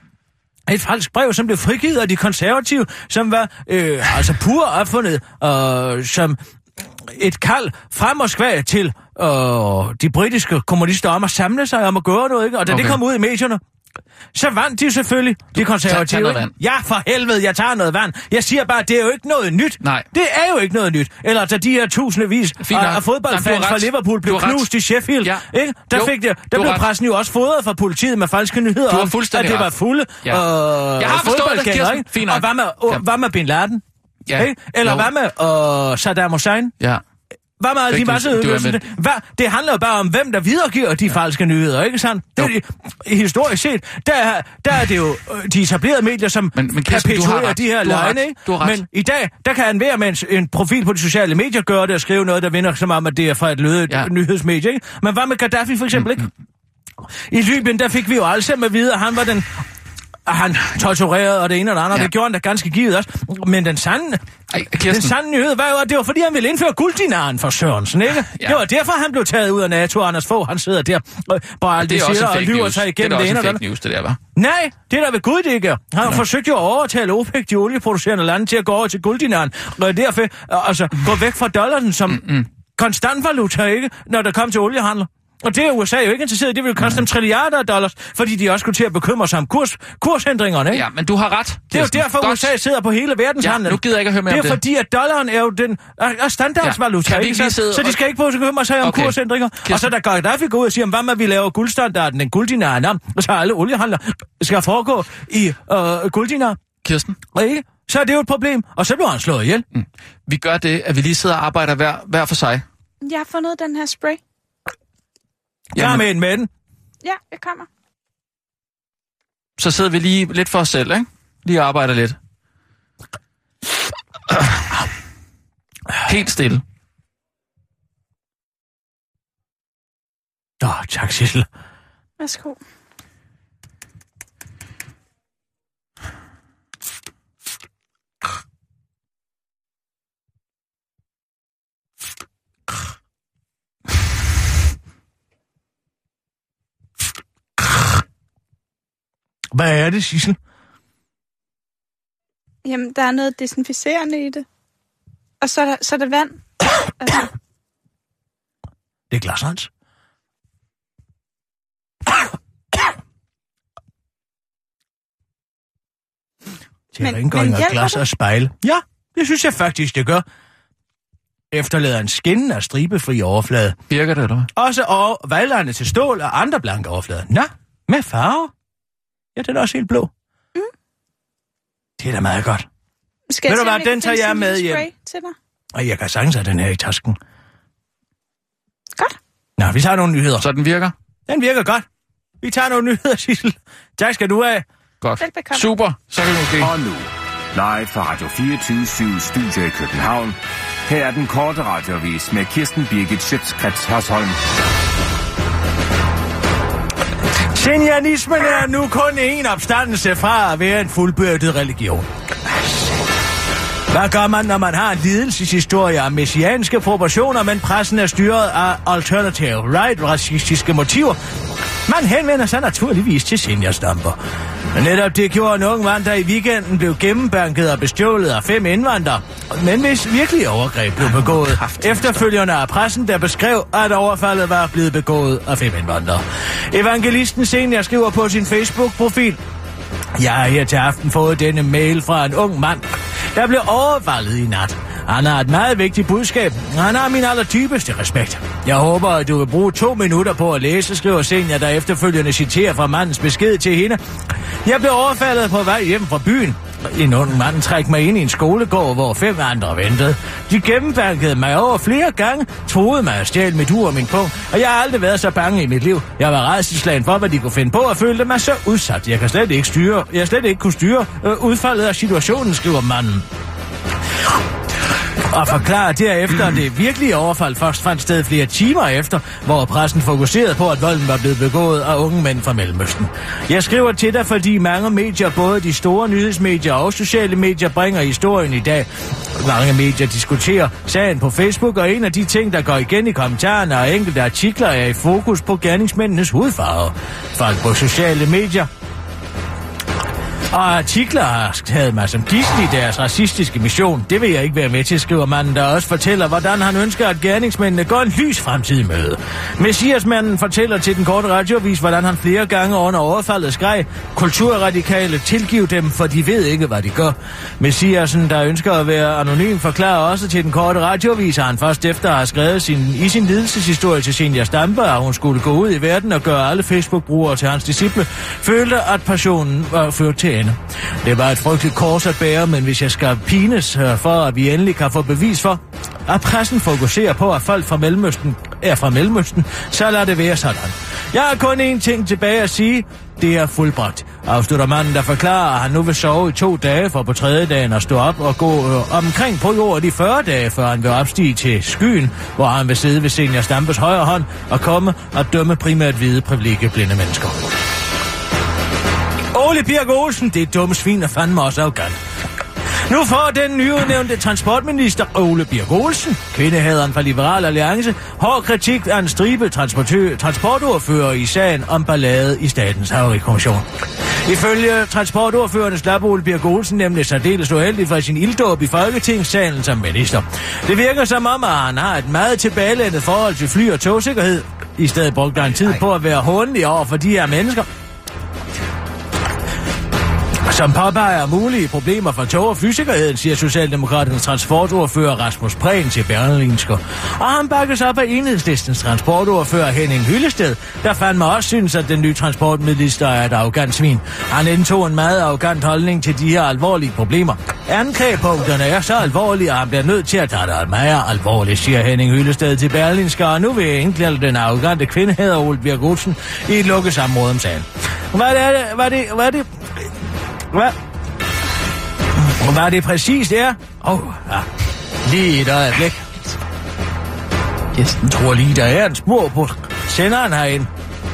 et falsk brev, som blev frigivet af de konservative, som var pur opfundet som et kald fra Moskva til de britiske kommunister om at samle sig om at gøre noget, ikke? Og da det kom ud i medierne, så vandt de selvfølgelig, de konservative.
Tag
ja, for helvede, jeg tager noget vand. Jeg siger bare, det er jo ikke noget nyt.
Nej.
Det er jo ikke noget nyt. Eller da de her tusindvis af fodboldfans fra Liverpool blev knust i Sheffield. Ja. Ikke? Der blev pressen jo også fodret fra politiet med falske nyheder om, at det var fulde fodboldgængere. Og hvad med Bin Laden?
Ja.
Eller hvad med Saddam Hussein?
Ja.
Hvad med alle de masseødelæggelser? Det handler jo bare om, hvem der videregiver de falske nyheder, ikke sandt? Historisk set, der er det jo de etablerede medier, som perpetuerer de her løgne, ikke? Men i dag, der kan enhver med en profil på de sociale medier gøre det og skrive noget, der vinder som om, at det er fra et lødet nyhedsmedie, ikke? Men hvad med Gaddafi for eksempel, ikke? I Libyen, der fik vi jo alle sammen at vide, at han var han torturerede og det ene og det andet, det gjorde han da ganske givet også. Men den sande nyhed var jo, at det var fordi, han ville indføre gulddinaren for Sørensen, ikke? Ja. Det var derfor, han blev taget ud af NATO, og Anders Fogh, han sidder der og lyver sig igennem det ene og det andet.
Det er også fake news, det der, var.
Nej, det er der ved Gud, det ikke er. Han har forsøgt jo at overtale OPEC, de olieproducerende lande, til at gå over til gulddinaren, og derfor gå væk fra dollaren som konstant valuta, ikke? Når der kom til oliehandler. Og det er USA jo ikke interesseret i. Det vil koste dem trilliarder af dollars, fordi de også skulle til at bekymre sig om kursændringerne, ikke?
Ja, men du har ret.
Det er jo derfor, USA sidder på hele verdenshandlen.
Ja, nu gider jeg ikke at høre mere om det.
Det er fordi, at dollaren er jo den standardsvaluta, ikke? Så de skal ikke bekymre sig om kursændringer. Og så der går Gaddafi gå ud og siger, hvad med vi laver guldstandarden, den gulddinar, og så alle oliehandler skal foregå i gulddinar.
Kirsten?
Ikke? Så er det jo et problem, og så bliver han slået ihjel.
Vi gør det, at vi lige sidder og arbejder hver for sig.
Jeg har fundet den her spray.
Jeg er med den.
Ja, jeg kommer.
Så sidder vi lige lidt for os selv, ikke? Lige arbejder lidt. Helt stille.
Tak, Sissel.
Værsgo.
Hvad er det, Sissel?
Jamen, der er noget desinficerende i det. Og så er der vand. Altså.
Det er glasrens. Til rengøring af glas og spejl. Ja, det synes jeg faktisk, det gør. Efterlader en skinnende og stribefri overflade.
Virker det, eller hvad?
Også valglejerne til stål og andre blanke overflader. Nå, med farve. Ja, den er også helt blå. Det er da meget godt. Ved du hvad, den tager jeg med hjem.
Til dig?
Og jeg kan sagtens have den her i tasken.
Godt.
Nå, vi tager nogle nyheder.
Så den virker?
Den virker godt. Vi tager nogle nyheder, Sissel. Tak skal du have.
Godt. Velbekomme. Super. Så er det måske.
Og nu, live fra Radio 24 Studio i København. Her er den korte radioavis med Kirsten Birgit Schøtz-Krets Hørsholm.
Zenianismen er nu kun en opstandelse fra at være en fuldbyrdet religion. Hvad gør man, når man har en lidelseshistorie af messianske proportioner, men pressen er styret af alternative right-racistiske motiver? Man henvender sig naturligvis til seniorstramper. Netop det gjorde en ung mand, der i weekenden blev gennembanket og bestjålet af 5 indvandrere, men hvis virkelig overgreb blev begået. Efterfølgende af pressen, der beskrev, at overfaldet var blevet begået af 5 indvandrere. Evangelisten Senior skriver på sin Facebook-profil: Jeg har her til aften fået denne mail fra en ung mand, der blev overfaldet i nat. Han har et meget vigtigt budskab. Han har min allerdybeste respekt. Jeg håber, at du vil bruge 2 minutter på at læse, skriver Senior, der efterfølgende citerer fra mandens besked til hende. Jeg blev overfaldet på vej hjem fra byen. En ung mand træk mig ind i en skolegård, hvor 5 andre ventede. De gennembankede mig over flere gange, troede mig at stjæle mit ur og min punkt, og jeg har aldrig været så bange i mit liv. Jeg var rædselsslagen for, hvad de kunne finde på, og følte mig så udsat. Jeg slet ikke kunne styre udfaldet af situationen, skriver manden. Og forklarer derefter, at det virkelige overfald først fandt sted flere timer efter, hvor pressen fokuserede på, at volden var blevet begået af unge mænd fra Mellemøsten. Jeg skriver til dig, fordi mange medier, både de store nyhedsmedier og sociale medier, bringer historien i dag. Mange medier diskuterer sagen på Facebook, og en af de ting, der går igen i kommentarerne og enkelte artikler, er i fokus på gerningsmændenes hudfarve. Folk på sociale medier og artikler har taget mig som gidsel i deres racistiske mission. Det vil jeg ikke være med til, skriver manden, der også fortæller, hvordan han ønsker, at gerningsmændene går en lys fremtid i møde. Messiasmanden fortæller til den korte radioavis, hvordan han flere gange under overfaldet skreg: kulturradikale, tilgiv dem, for de ved ikke, hvad de gør. Messiasen, der ønsker at være anonym, forklarer også til den korte radioavis, at han først efter at have skrevet i sin lidelseshistorie til Zenia Stampe, at hun skulle gå ud i verden og gøre alle Facebook-brugere til hans disciple, følte, at passionen var ført til ende. Det var et frygteligt kors at bære, men hvis jeg skal pines for, at vi endelig kan få bevis for, at pressen fokuserer på, at folk fra Mellemøsten er fra Mellemøsten, så lad det være sådan. Jeg har kun én ting tilbage at sige. Det er fuldbragt, afslutter manden, der forklarer, at han nu vil sove i 2 dage for på 3. dagen at stå op og gå omkring på jorden i 40 dage, før han vil opstige til skyen, hvor han vil sidde ved Zenia Stampes højre hånd og komme og dømme primært hvide privilegieblinde mennesker. Ole Birk Olsen, det er dumme svin og fandme også arrogant. Nu får den nyudnævnte transportminister Ole Birk Olsen, kvindehaderen fra Liberal Alliance, hård kritik af en stribe transportordfører i sagen om ballade i Statens Havarikommission. Ifølge transportordførerne slap Ole Birk Olsen nemlig særdeles uheldigt fra sin ilddåb i Folketingssalen som minister. Det virker som om, at han har et meget tilbagelændet forhold til fly- og togsikkerhed. I stedet brugte han tid på at være håndelig over for de her mennesker, som påpeger mulige problemer for tog- og flysikkerheden, siger Socialdemokraternes transportordfører Rasmus Prehn til Berlingske. Og han bakkes op af Enhedslistens transportordfører Henning Hyllested, der fandme også synes, at den nye transportminister er et arrogant svin. Han indtog en meget arrogant holdning til de her alvorlige problemer. Anklagepunkterne er så alvorlige, at han bliver nødt til at tage det meget alvorligt, siger Henning Hyllested til Berlingske, og nu vil jeg indkalde den arrogante kvindehader Ole Birk Olsen i et lukket samråd om sagen. Hvad det er? Ja. Lige et øjeblik. Jeg tror lige, der er en spor på senderen herinde.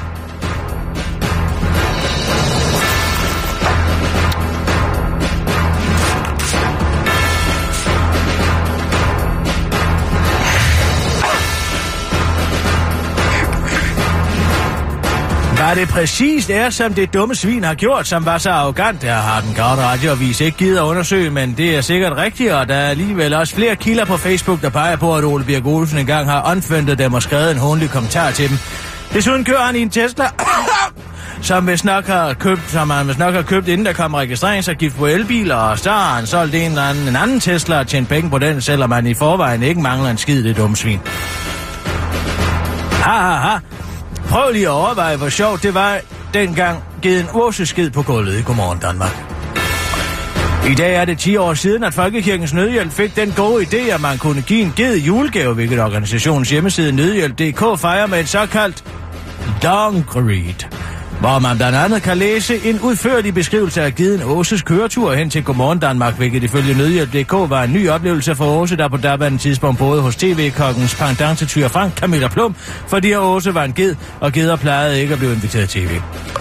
Hvad det præcist er, som det dumme svin har gjort, som var så arrogant, der har den korte radioavis ikke givet at undersøge, men det er sikkert rigtigt, og der er alligevel også flere kilder på Facebook, der peger på, at Ole Birk Olsen engang har unfundet dem og skrevet en hånlig kommentar til dem. Desuden kører han i en Tesla, som han vist nok har købt, inden der kom registreringsafgift på elbiler, og så har han solgt en anden Tesla og tjent penge på den, selvom han i forvejen ikke mangler en skid, det dumme svin. Ha. Prøv lige at overveje, hvor sjovt det var dengang givet en åseskid på gulvet i Godmorgen Danmark. I dag er det 10 år siden, at Folkekirkens Nødhjælp fik den gode idé, at man kunne give en ged julegave, hvilket organisationens hjemmeside Nødhjælp.dk fejrer med et såkaldt downgrade, hvor man blandt andet kan læse en udførlig beskrivelse af geden Åses køretur hen til Godmorgen Danmark, hvilket ifølge Nødhjælp.dk var en ny oplevelse for Åse, der på daværende tidspunkt boede hos TV-kokkens pendant til Tyre Frank, Camilla Plum, fordi Åse var en ged, og geder plejede ikke at blive inviteret til TV.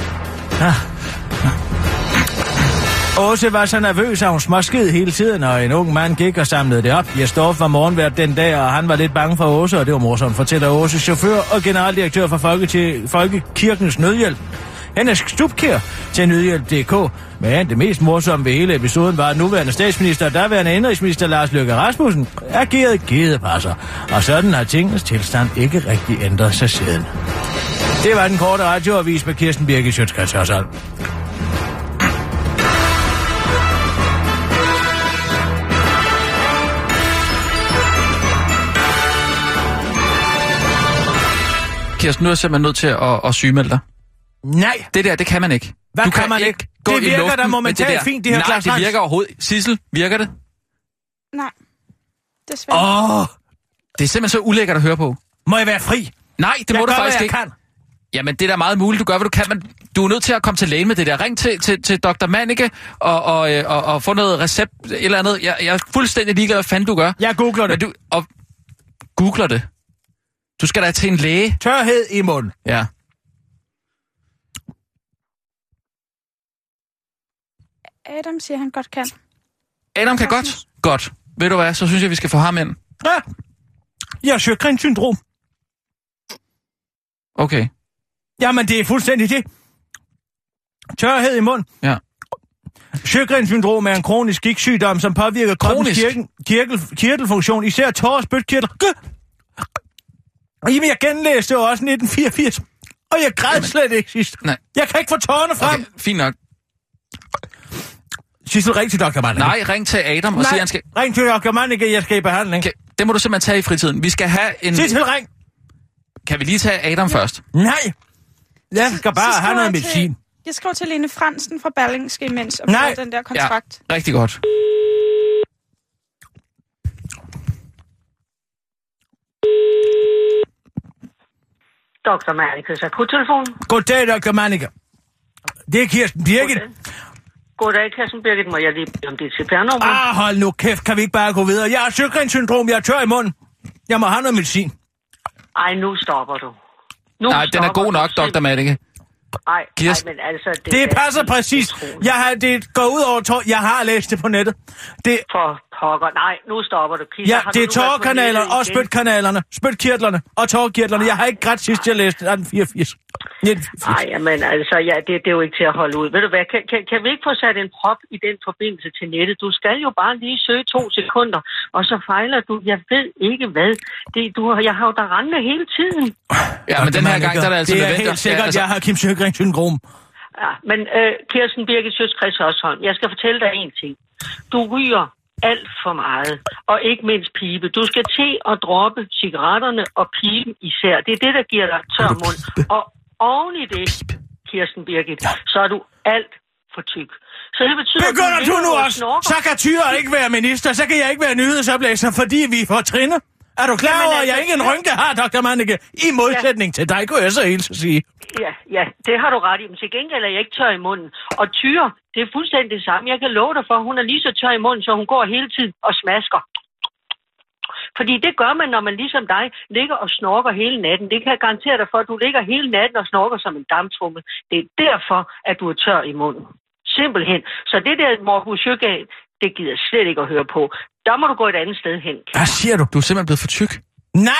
Åse var så nervøs, at hun småskede hele tiden, og en ung mand gik og samlede det op. Jesdorf var morgenvært den dag, og han var lidt bange for Åse, og det var morsomt, fortæller Åses chauffør og generaldirektør for Folkekirkens Nødhjælp, Henrik Stubkjær, til Nødhjælp.dk. Men det mest morsomme ved hele episoden var, at nuværende statsminister og daværende indrigsminister Lars Løkke Rasmussen agerede gedepasser, og sådan har tingens tilstand ikke rigtig ændret sig siden. Det var den korte radioavis med Kirsten Birgit Schøtz-Krets Hørsholm.
Kirsten, nu er jeg simpelthen nødt til at sygemelde dig.
Nej.
Det kan man ikke.
Hvad du kan man ikke?
Gå
det virker
luften,
da momentalt fint, det her Claus Hans.
Nej, det virker overhovedet. Sissel, virker det?
Nej, desværre.
Det er simpelthen så ulækkert at høre på.
Må jeg være fri?
Nej, det må du faktisk ikke. Jamen, det er da meget muligt, du gør, hvad du kan, men du er nødt til at komme til lægen med det der. Ring til Dr. Manneke og få noget recept, eller andet. Jeg er fuldstændig ligeglad, hvad fanden du gør.
Jeg googler det.
Googler det? Du skal da til en læge.
Tørhed i munden.
Ja.
Adam siger, han godt kan.
Adam kan godt? Godt. Ved du hvad, så synes jeg, vi skal få ham ind.
Ja. Jeg har Sjögren-syndrom.
Okay.
Jamen, det er fuldstændig det. Tørhed i munden.
Ja.
Sjögren-syndrom er en kronisk gigtsygdom, som påvirker kroppens kirtelfunktion, især tår- og spytkirtler. Jamen, jeg genlæste jo også 1984, og jeg græd slet ikke sidst.
Nej.
Jeg kan ikke få tårerne frem.
Okay, fint nok.
Sissel, ring til Dr. Manneke.
Nej, ring til Adam og se, han skal...
ring til Dr. Manneke, jeg skal i behandling.
Okay, det må du simpelthen tage i fritiden. Vi skal have en...
Sissel, ring!
Kan vi lige tage Adam først?
Nej! Jeg skal bare have noget medicin.
Jeg skriver til Lene Fransen fra Berlingske imens og får den der kontrakt.
Ja, rigtig godt.
Dr. Mannikes akuttelefon.
Goddag, Dr. Manneke. Det er Kirsten Birgit.
Goddag, Kirsten Birgit. Må jeg lige bede om dit CPR-nummer?
Hold nu kæft, kan vi ikke bare gå videre? Jeg har Sjögren-syndrom, jeg er tør i munden. Jeg må have noget medicin.
Ej, nu stopper du.
Nej, den er god nok, Dr. Manneke.
Nej, men altså...
Det passer præcis. Det går ud over tår. Jeg har læst det på nettet.
For pokker. Nej, nu stopper du. Kisser,
ja, det er tårkanalerne og spytkanalerne. Spytkirtlerne og tårkirtlerne. Jeg har ikke grædt sidst, jeg læste 1884.
Nej, men altså, ja, det er jo ikke til at holde ud. Ved du hvad, kan vi ikke få sat en prop i den forbindelse til nettet? Du skal jo bare lige søge 2 sekunder, og så fejler du. Jeg ved ikke hvad. Jeg har jo der rendende hele tiden.
Ja, men den her gang, der er det altså
nødvendigt. Det er helt sikkert, jeg har Kim Sjögren-syndrom.
Ja, men Kirsten Birgit Sjøtskreds Hørsholm, jeg skal fortælle dig en ting. Du ryger alt for meget, og ikke mindst pibe. Du skal til at droppe cigaretterne og piben især. Det er det, der giver dig tør mund. Og oven i det, Kirsten Birgit, så er du alt for tyk. Så det betyder...
Begynder du nu også? Så kan Tyre ikke være minister, så kan jeg ikke være nyhedsoplæser, fordi vi får Trine. Er du klar over, at jeg ikke en rynke har, Dr. Manneke? I modsætning til dig, kunne jeg så helt sige.
Ja, det har du ret i. Men til gengæld er jeg ikke tør i munden. Og Tyre, det er fuldstændig det samme. Jeg kan love dig for, hun er lige så tør i munden, så hun går hele tiden og smasker. Fordi det gør man, når man ligesom dig ligger og snorker hele natten. Det kan jeg garantere dig for, at du ligger hele natten og snorker som en damptrummel. Det er derfor, at du er tør i munden. Simpelthen. Så det der Morbus Sjøgren, det gider jeg slet ikke at høre på. Der må du gå et andet sted hen.
Hvad siger du?
Du er simpelthen blevet for tyk.
Nej!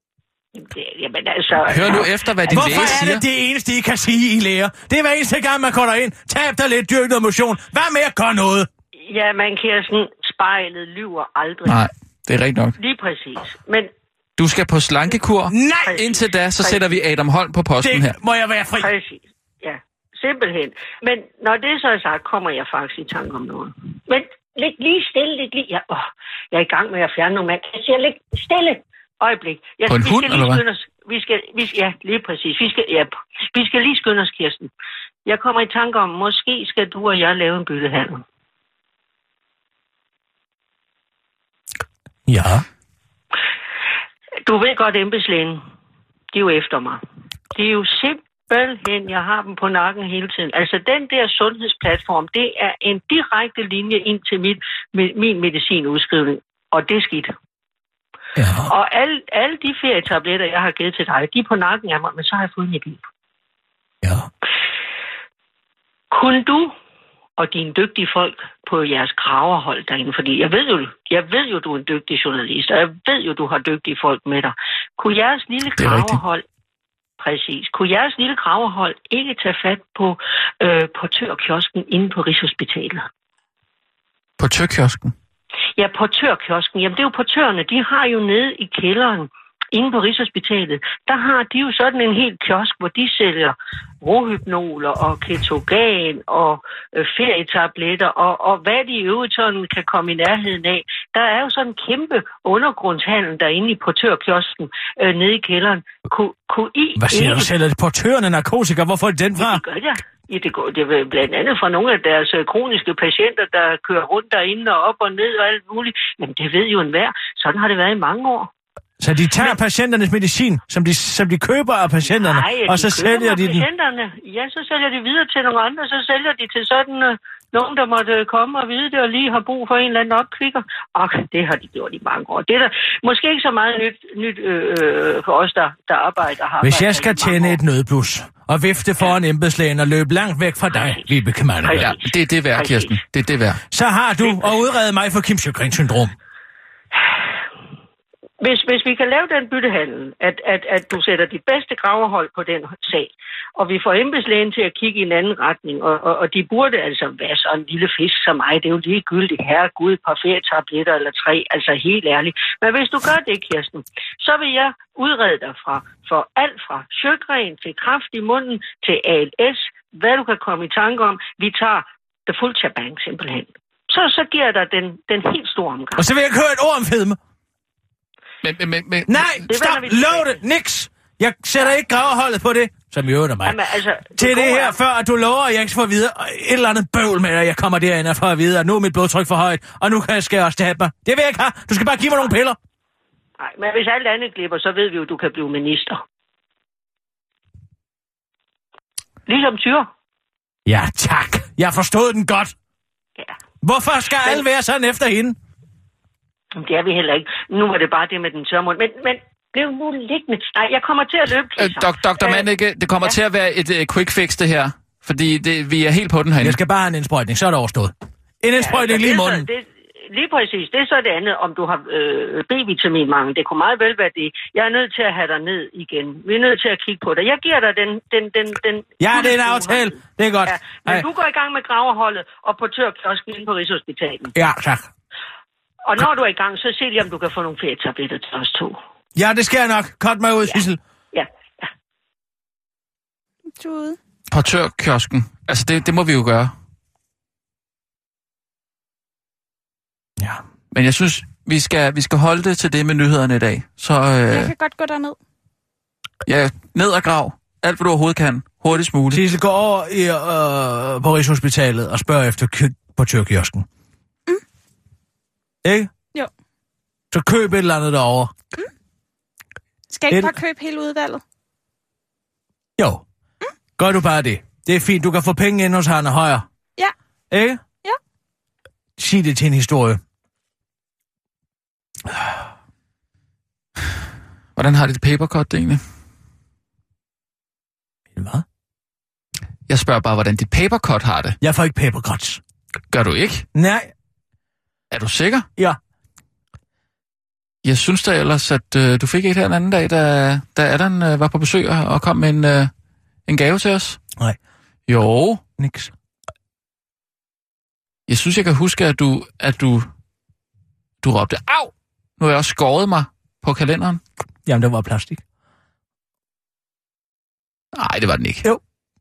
Jamen altså...
Hør nu efter, hvad din læge siger.
Hvorfor er det eneste, I kan sige, I læger? Det er hver eneste gang, man går derind. Tab dig lidt, dyrk noget motion. Hvad med at gøre noget?
Ja, man Kirsten, spejlet lyver aldrig.
Nej, det er rigtigt nok.
Lige præcis. Men...
Du skal på slankekur.
Nej!
Indtil da, så sætter vi Adam Holm på posten her.
Må jeg være fri?
Præcis. Ja, simpelthen. Men når det så er sagt, kommer jeg faktisk i tanke om noget. Men lidt lige stille, lidt lige... jeg er i gang med at fjerne nogle mand. Jeg siger lidt stille øjeblik.
På en hund, eller hvad?
Ja, lige præcis. Vi skal lige skynde os, Kirsten. Jeg kommer i tanke om, måske skal du og jeg lave en byttehandel.
Ja.
Du ved godt, embedslægen, de er jo efter mig. Det er jo simpelthen, jeg har dem på nakken hele tiden. Altså, den der sundhedsplatform, det er en direkte linje ind til min medicinudskrivning. Og det er skidt. Ja. Og alle de ferietabletter, jeg har givet til dig, de er på nakken af mig, men så har jeg fået en idé.
Ja.
Kunne du og dine dygtige folk på jeres graverhold derinde, fordi jeg ved jo, du er en dygtig journalist, og jeg ved jo, du har dygtige folk med dig. Kunne jeres lille graverhold, præcis, kunne jeres lille graverhold ikke tage fat på portørkiosken inde på Rigshospitalet?
Portørkiosken?
Ja, portørkiosken. Jamen, det er jo portørerne. De har jo nede i kælderen inde på Rigshospitalet, der har de jo sådan en helt kiosk, hvor de sælger rohypnoler og ketogan og ferietabletter og hvad de i øvrigt sådan kan komme i nærheden af. Der er jo sådan en kæmpe undergrundshandel derinde i portørkiosken nede i kælderen. Kunne I
hvad siger du? Sælger portørerne narkotika? Hvorfor er den fra?
Ja, det gør jeg. Ja, det er blandt andet fra nogle af deres kroniske patienter, der kører rundt derinde og op og ned og alt muligt. Jamen, det ved jo enhver. Sådan har det været i mange år.
Så de tager patienternes medicin, som de køber af patienterne, og så sælger de den?
Ja, så sælger de videre til nogle andre, så sælger de til sådan nogen, der måtte komme og vide det, og lige har brug for en eller anden opkvikker. Og det har de gjort i mange år. Det er der måske ikke så meget nyt for os, der arbejder.
Hvis jeg skal tjene et nødblus og vifte foran embedslægen og løbe langt væk fra dig, Vibeke Mandergaard.
Ja, det er det værd, Kirsten. Det er det værd.
Så har du at udrede mig for Kim Sjøgren-syndrom.
Hvis vi kan lave den byttehandel, at du sætter dit bedste graverhold på den sag, og vi får embedslægen til at kigge i en anden retning, og de burde altså være sådan en lille fisk som mig, det er jo ligegyldigt, herregud, et par ferietabletter eller 3, altså helt ærligt. Men hvis du gør det, Kirsten, så vil jeg udrede dig for alt fra Sjøgren til kræft i munden til ALS, hvad du kan komme i tanke om. Vi tager the full shebang simpelthen. Så giver der den helt store omgang.
Og så vil jeg ikke høre et ord om fedme. Nej, stop, lov det, niks! Jeg sætter ikke graverholdet på det, som i øvrigt er mig.
Jamen, altså,
til det her, før at du lover, at jeg ikke skal få at vide et eller andet bøvl med dig, jeg kommer derind og får at vide, at nu er mit blodtryk for højt, og nu kan jeg skære og stabbe mig. Det vil jeg ikke have. Du skal bare give mig nogle piller.
Nej, men hvis alt andet glipper, så ved vi jo, at du kan blive minister. Ligesom Tyre.
Ja, tak. Jeg forstod den godt.
Ja.
Hvorfor skal alle være sådan efter hende?
Det er vi heller ikke. Nu var det bare det med den tørmund. Men blev nu liggende. Nej, jeg kommer til at løbe.
Dr. Mannicke, det kommer til at være et quick fix, det her. Fordi vi er helt på den herinde.
Jeg skal bare have en indsprøjtning, så er det overstået. En indsprøjtning lige i munden.
Lige præcis. Det er så det andet, om du har B-vitaminmangel. Det kunne meget vel være det. Jeg er nødt til at have dig ned igen. Vi er nødt til at kigge på det. Jeg giver dig den...
Ja, det er en aftale. Det er godt.
Ja. Men du går i gang med graverholdet og på tørkiosken inde på Rigshospitalet.
Ja, tak.
Og når du er i gang, så se lige, om du kan få nogle ferietabletter til os to.
Ja, det skal jeg nok. Cut mig ud, Sissel.
Ja.
På tørkiosken. Altså, det må vi jo gøre. Ja. Men jeg synes, vi skal holde det til det med nyhederne i dag. Så,
jeg kan godt gå derned.
Ja, ned og grav. Alt, hvad du overhovedet kan. Hurtigst muligt.
Sissel, gå over på Rigshospitalet og spørg efter på tørkiosken. Ikke?
Jo.
Så køb et eller andet derovre.
Skal jeg ikke bare købe hele udvalget?
Jo. Gør du bare det. Det er fint. Du kan få penge ind hos Hanne Højer.
Ja.
Ikke?
Ja.
Sig det til en historie.
Hvordan har dit papercut egentlig?
Hvad?
Jeg spørger bare, hvordan dit papercut har det.
Jeg får ikke papercuts.
Gør du ikke?
Nej.
Er du sikker?
Ja.
Jeg synes da ellers, at du fik et her en anden dag, da Adam var på besøg og kom med en gave til os.
Nej.
Jo.
Niks.
Jeg synes, jeg kan huske, at du råbte, au! Nu har jeg også skåret mig på kalenderen.
Jamen, det var plastik.
Nej, det var den ikke.
Jo.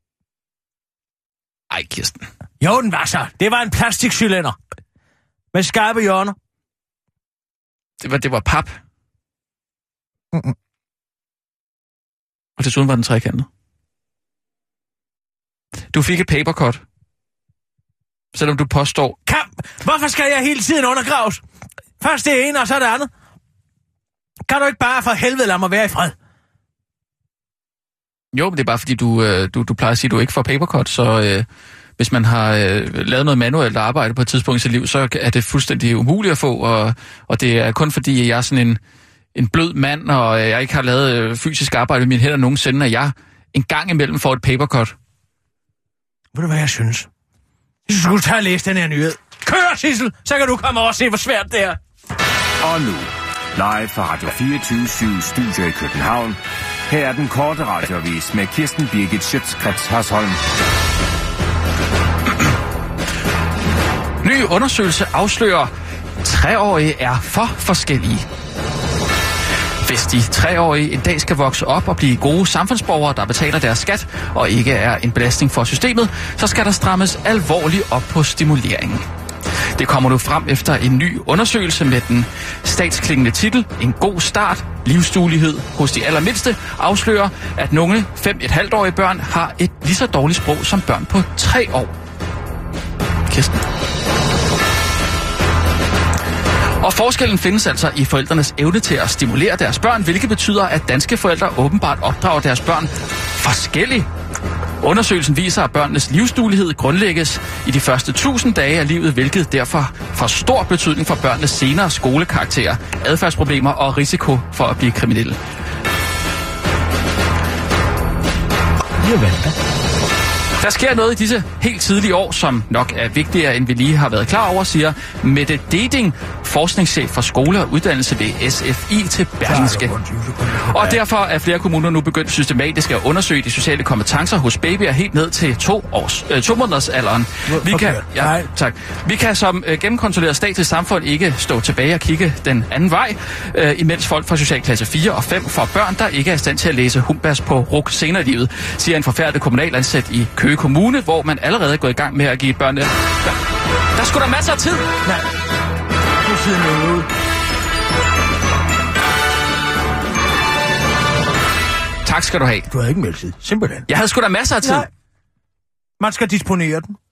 Ej, Kirsten.
Jo, den var så. Det var en plastikcylinder. Med skarpe hjørner.
Det var pap. Mm-mm. Og desuden var den trekantet. Du fik et papercut. Selvom du påstår...
Hvorfor skal jeg hele tiden undergraves? Først det ene, og så det andet. Kan du ikke bare for helvede lade mig være i fred?
Jo, men det er bare fordi, du plejer at sige, at du ikke får papercut, så hvis man har lavet noget manuelt arbejde på et tidspunkt i sit liv, så er det fuldstændig umuligt at få, og det er kun fordi, jeg er sådan en blød mand, og jeg ikke har lavet fysisk arbejde med mine hænder nogensinde, at jeg en gang imellem får et papercut.
Ved du, hvad jeg synes? Jeg skulle tage og læse den her nyhed. Kør, Sissel! Så kan du komme over og se, hvor svært det er.
Og nu, live fra Radio 24/7 Studio i København. Her er den korte radioavis med Kirsten Birgit Schøtz-Krets Hasholm.
Ny undersøgelse afslører, 3-årige er for forskellige. Hvis de 3-årige en dag skal vokse op og blive gode samfundsborgere, der betaler deres skat og ikke er en belastning for systemet, så skal der strammes alvorligt op på stimuleringen. Det kommer nu frem efter en ny undersøgelse med den statsklingende titel En god start, livsduelighed hos de allermindste, afslører, at nogle 5,5-årige børn har et lige så dårligt sprog som børn på 3 år. Kirsten. Og forskellen findes altså i forældrenes evne til at stimulere deres børn, hvilket betyder, at danske forældre åbenbart opdrager deres børn forskelligt. Undersøgelsen viser, at børnenes livsduelighed grundlægges i de første 1000 dage af livet, hvilket derfor får stor betydning for børnenes senere skolekarakterer, adfærdsproblemer og risiko for at blive kriminelle. Der sker noget i disse helt tidlige år, som nok er vigtigere, end vi lige har været klar over, siger Mette Deding, forskningschef for skole og uddannelse ved SFI til Berlingske. Og derfor er flere kommuner nu begyndt systematisk at undersøge de sociale kompetencer hos babyer helt ned til 2 måneders alderen. Vi kan som gennemkontrolleret statsligt samfund ikke stå tilbage og kigge den anden vej, imens folk fra socialklasse 4 og 5 får børn, der ikke er i stand til at læse Humbers på RUC senere i livet, siger en forfærdelig kommunalansat i Køge Kommune, hvor man allerede er gået i gang med at give børnene... Der er sgu da masser af tid!
Nej. Nu sidder jeg ude.
Tak skal du have.
Du har ikke meldt tid. Simpelthen.
Jeg havde sgu da masser af tid.
Nej. Man skal disponere den.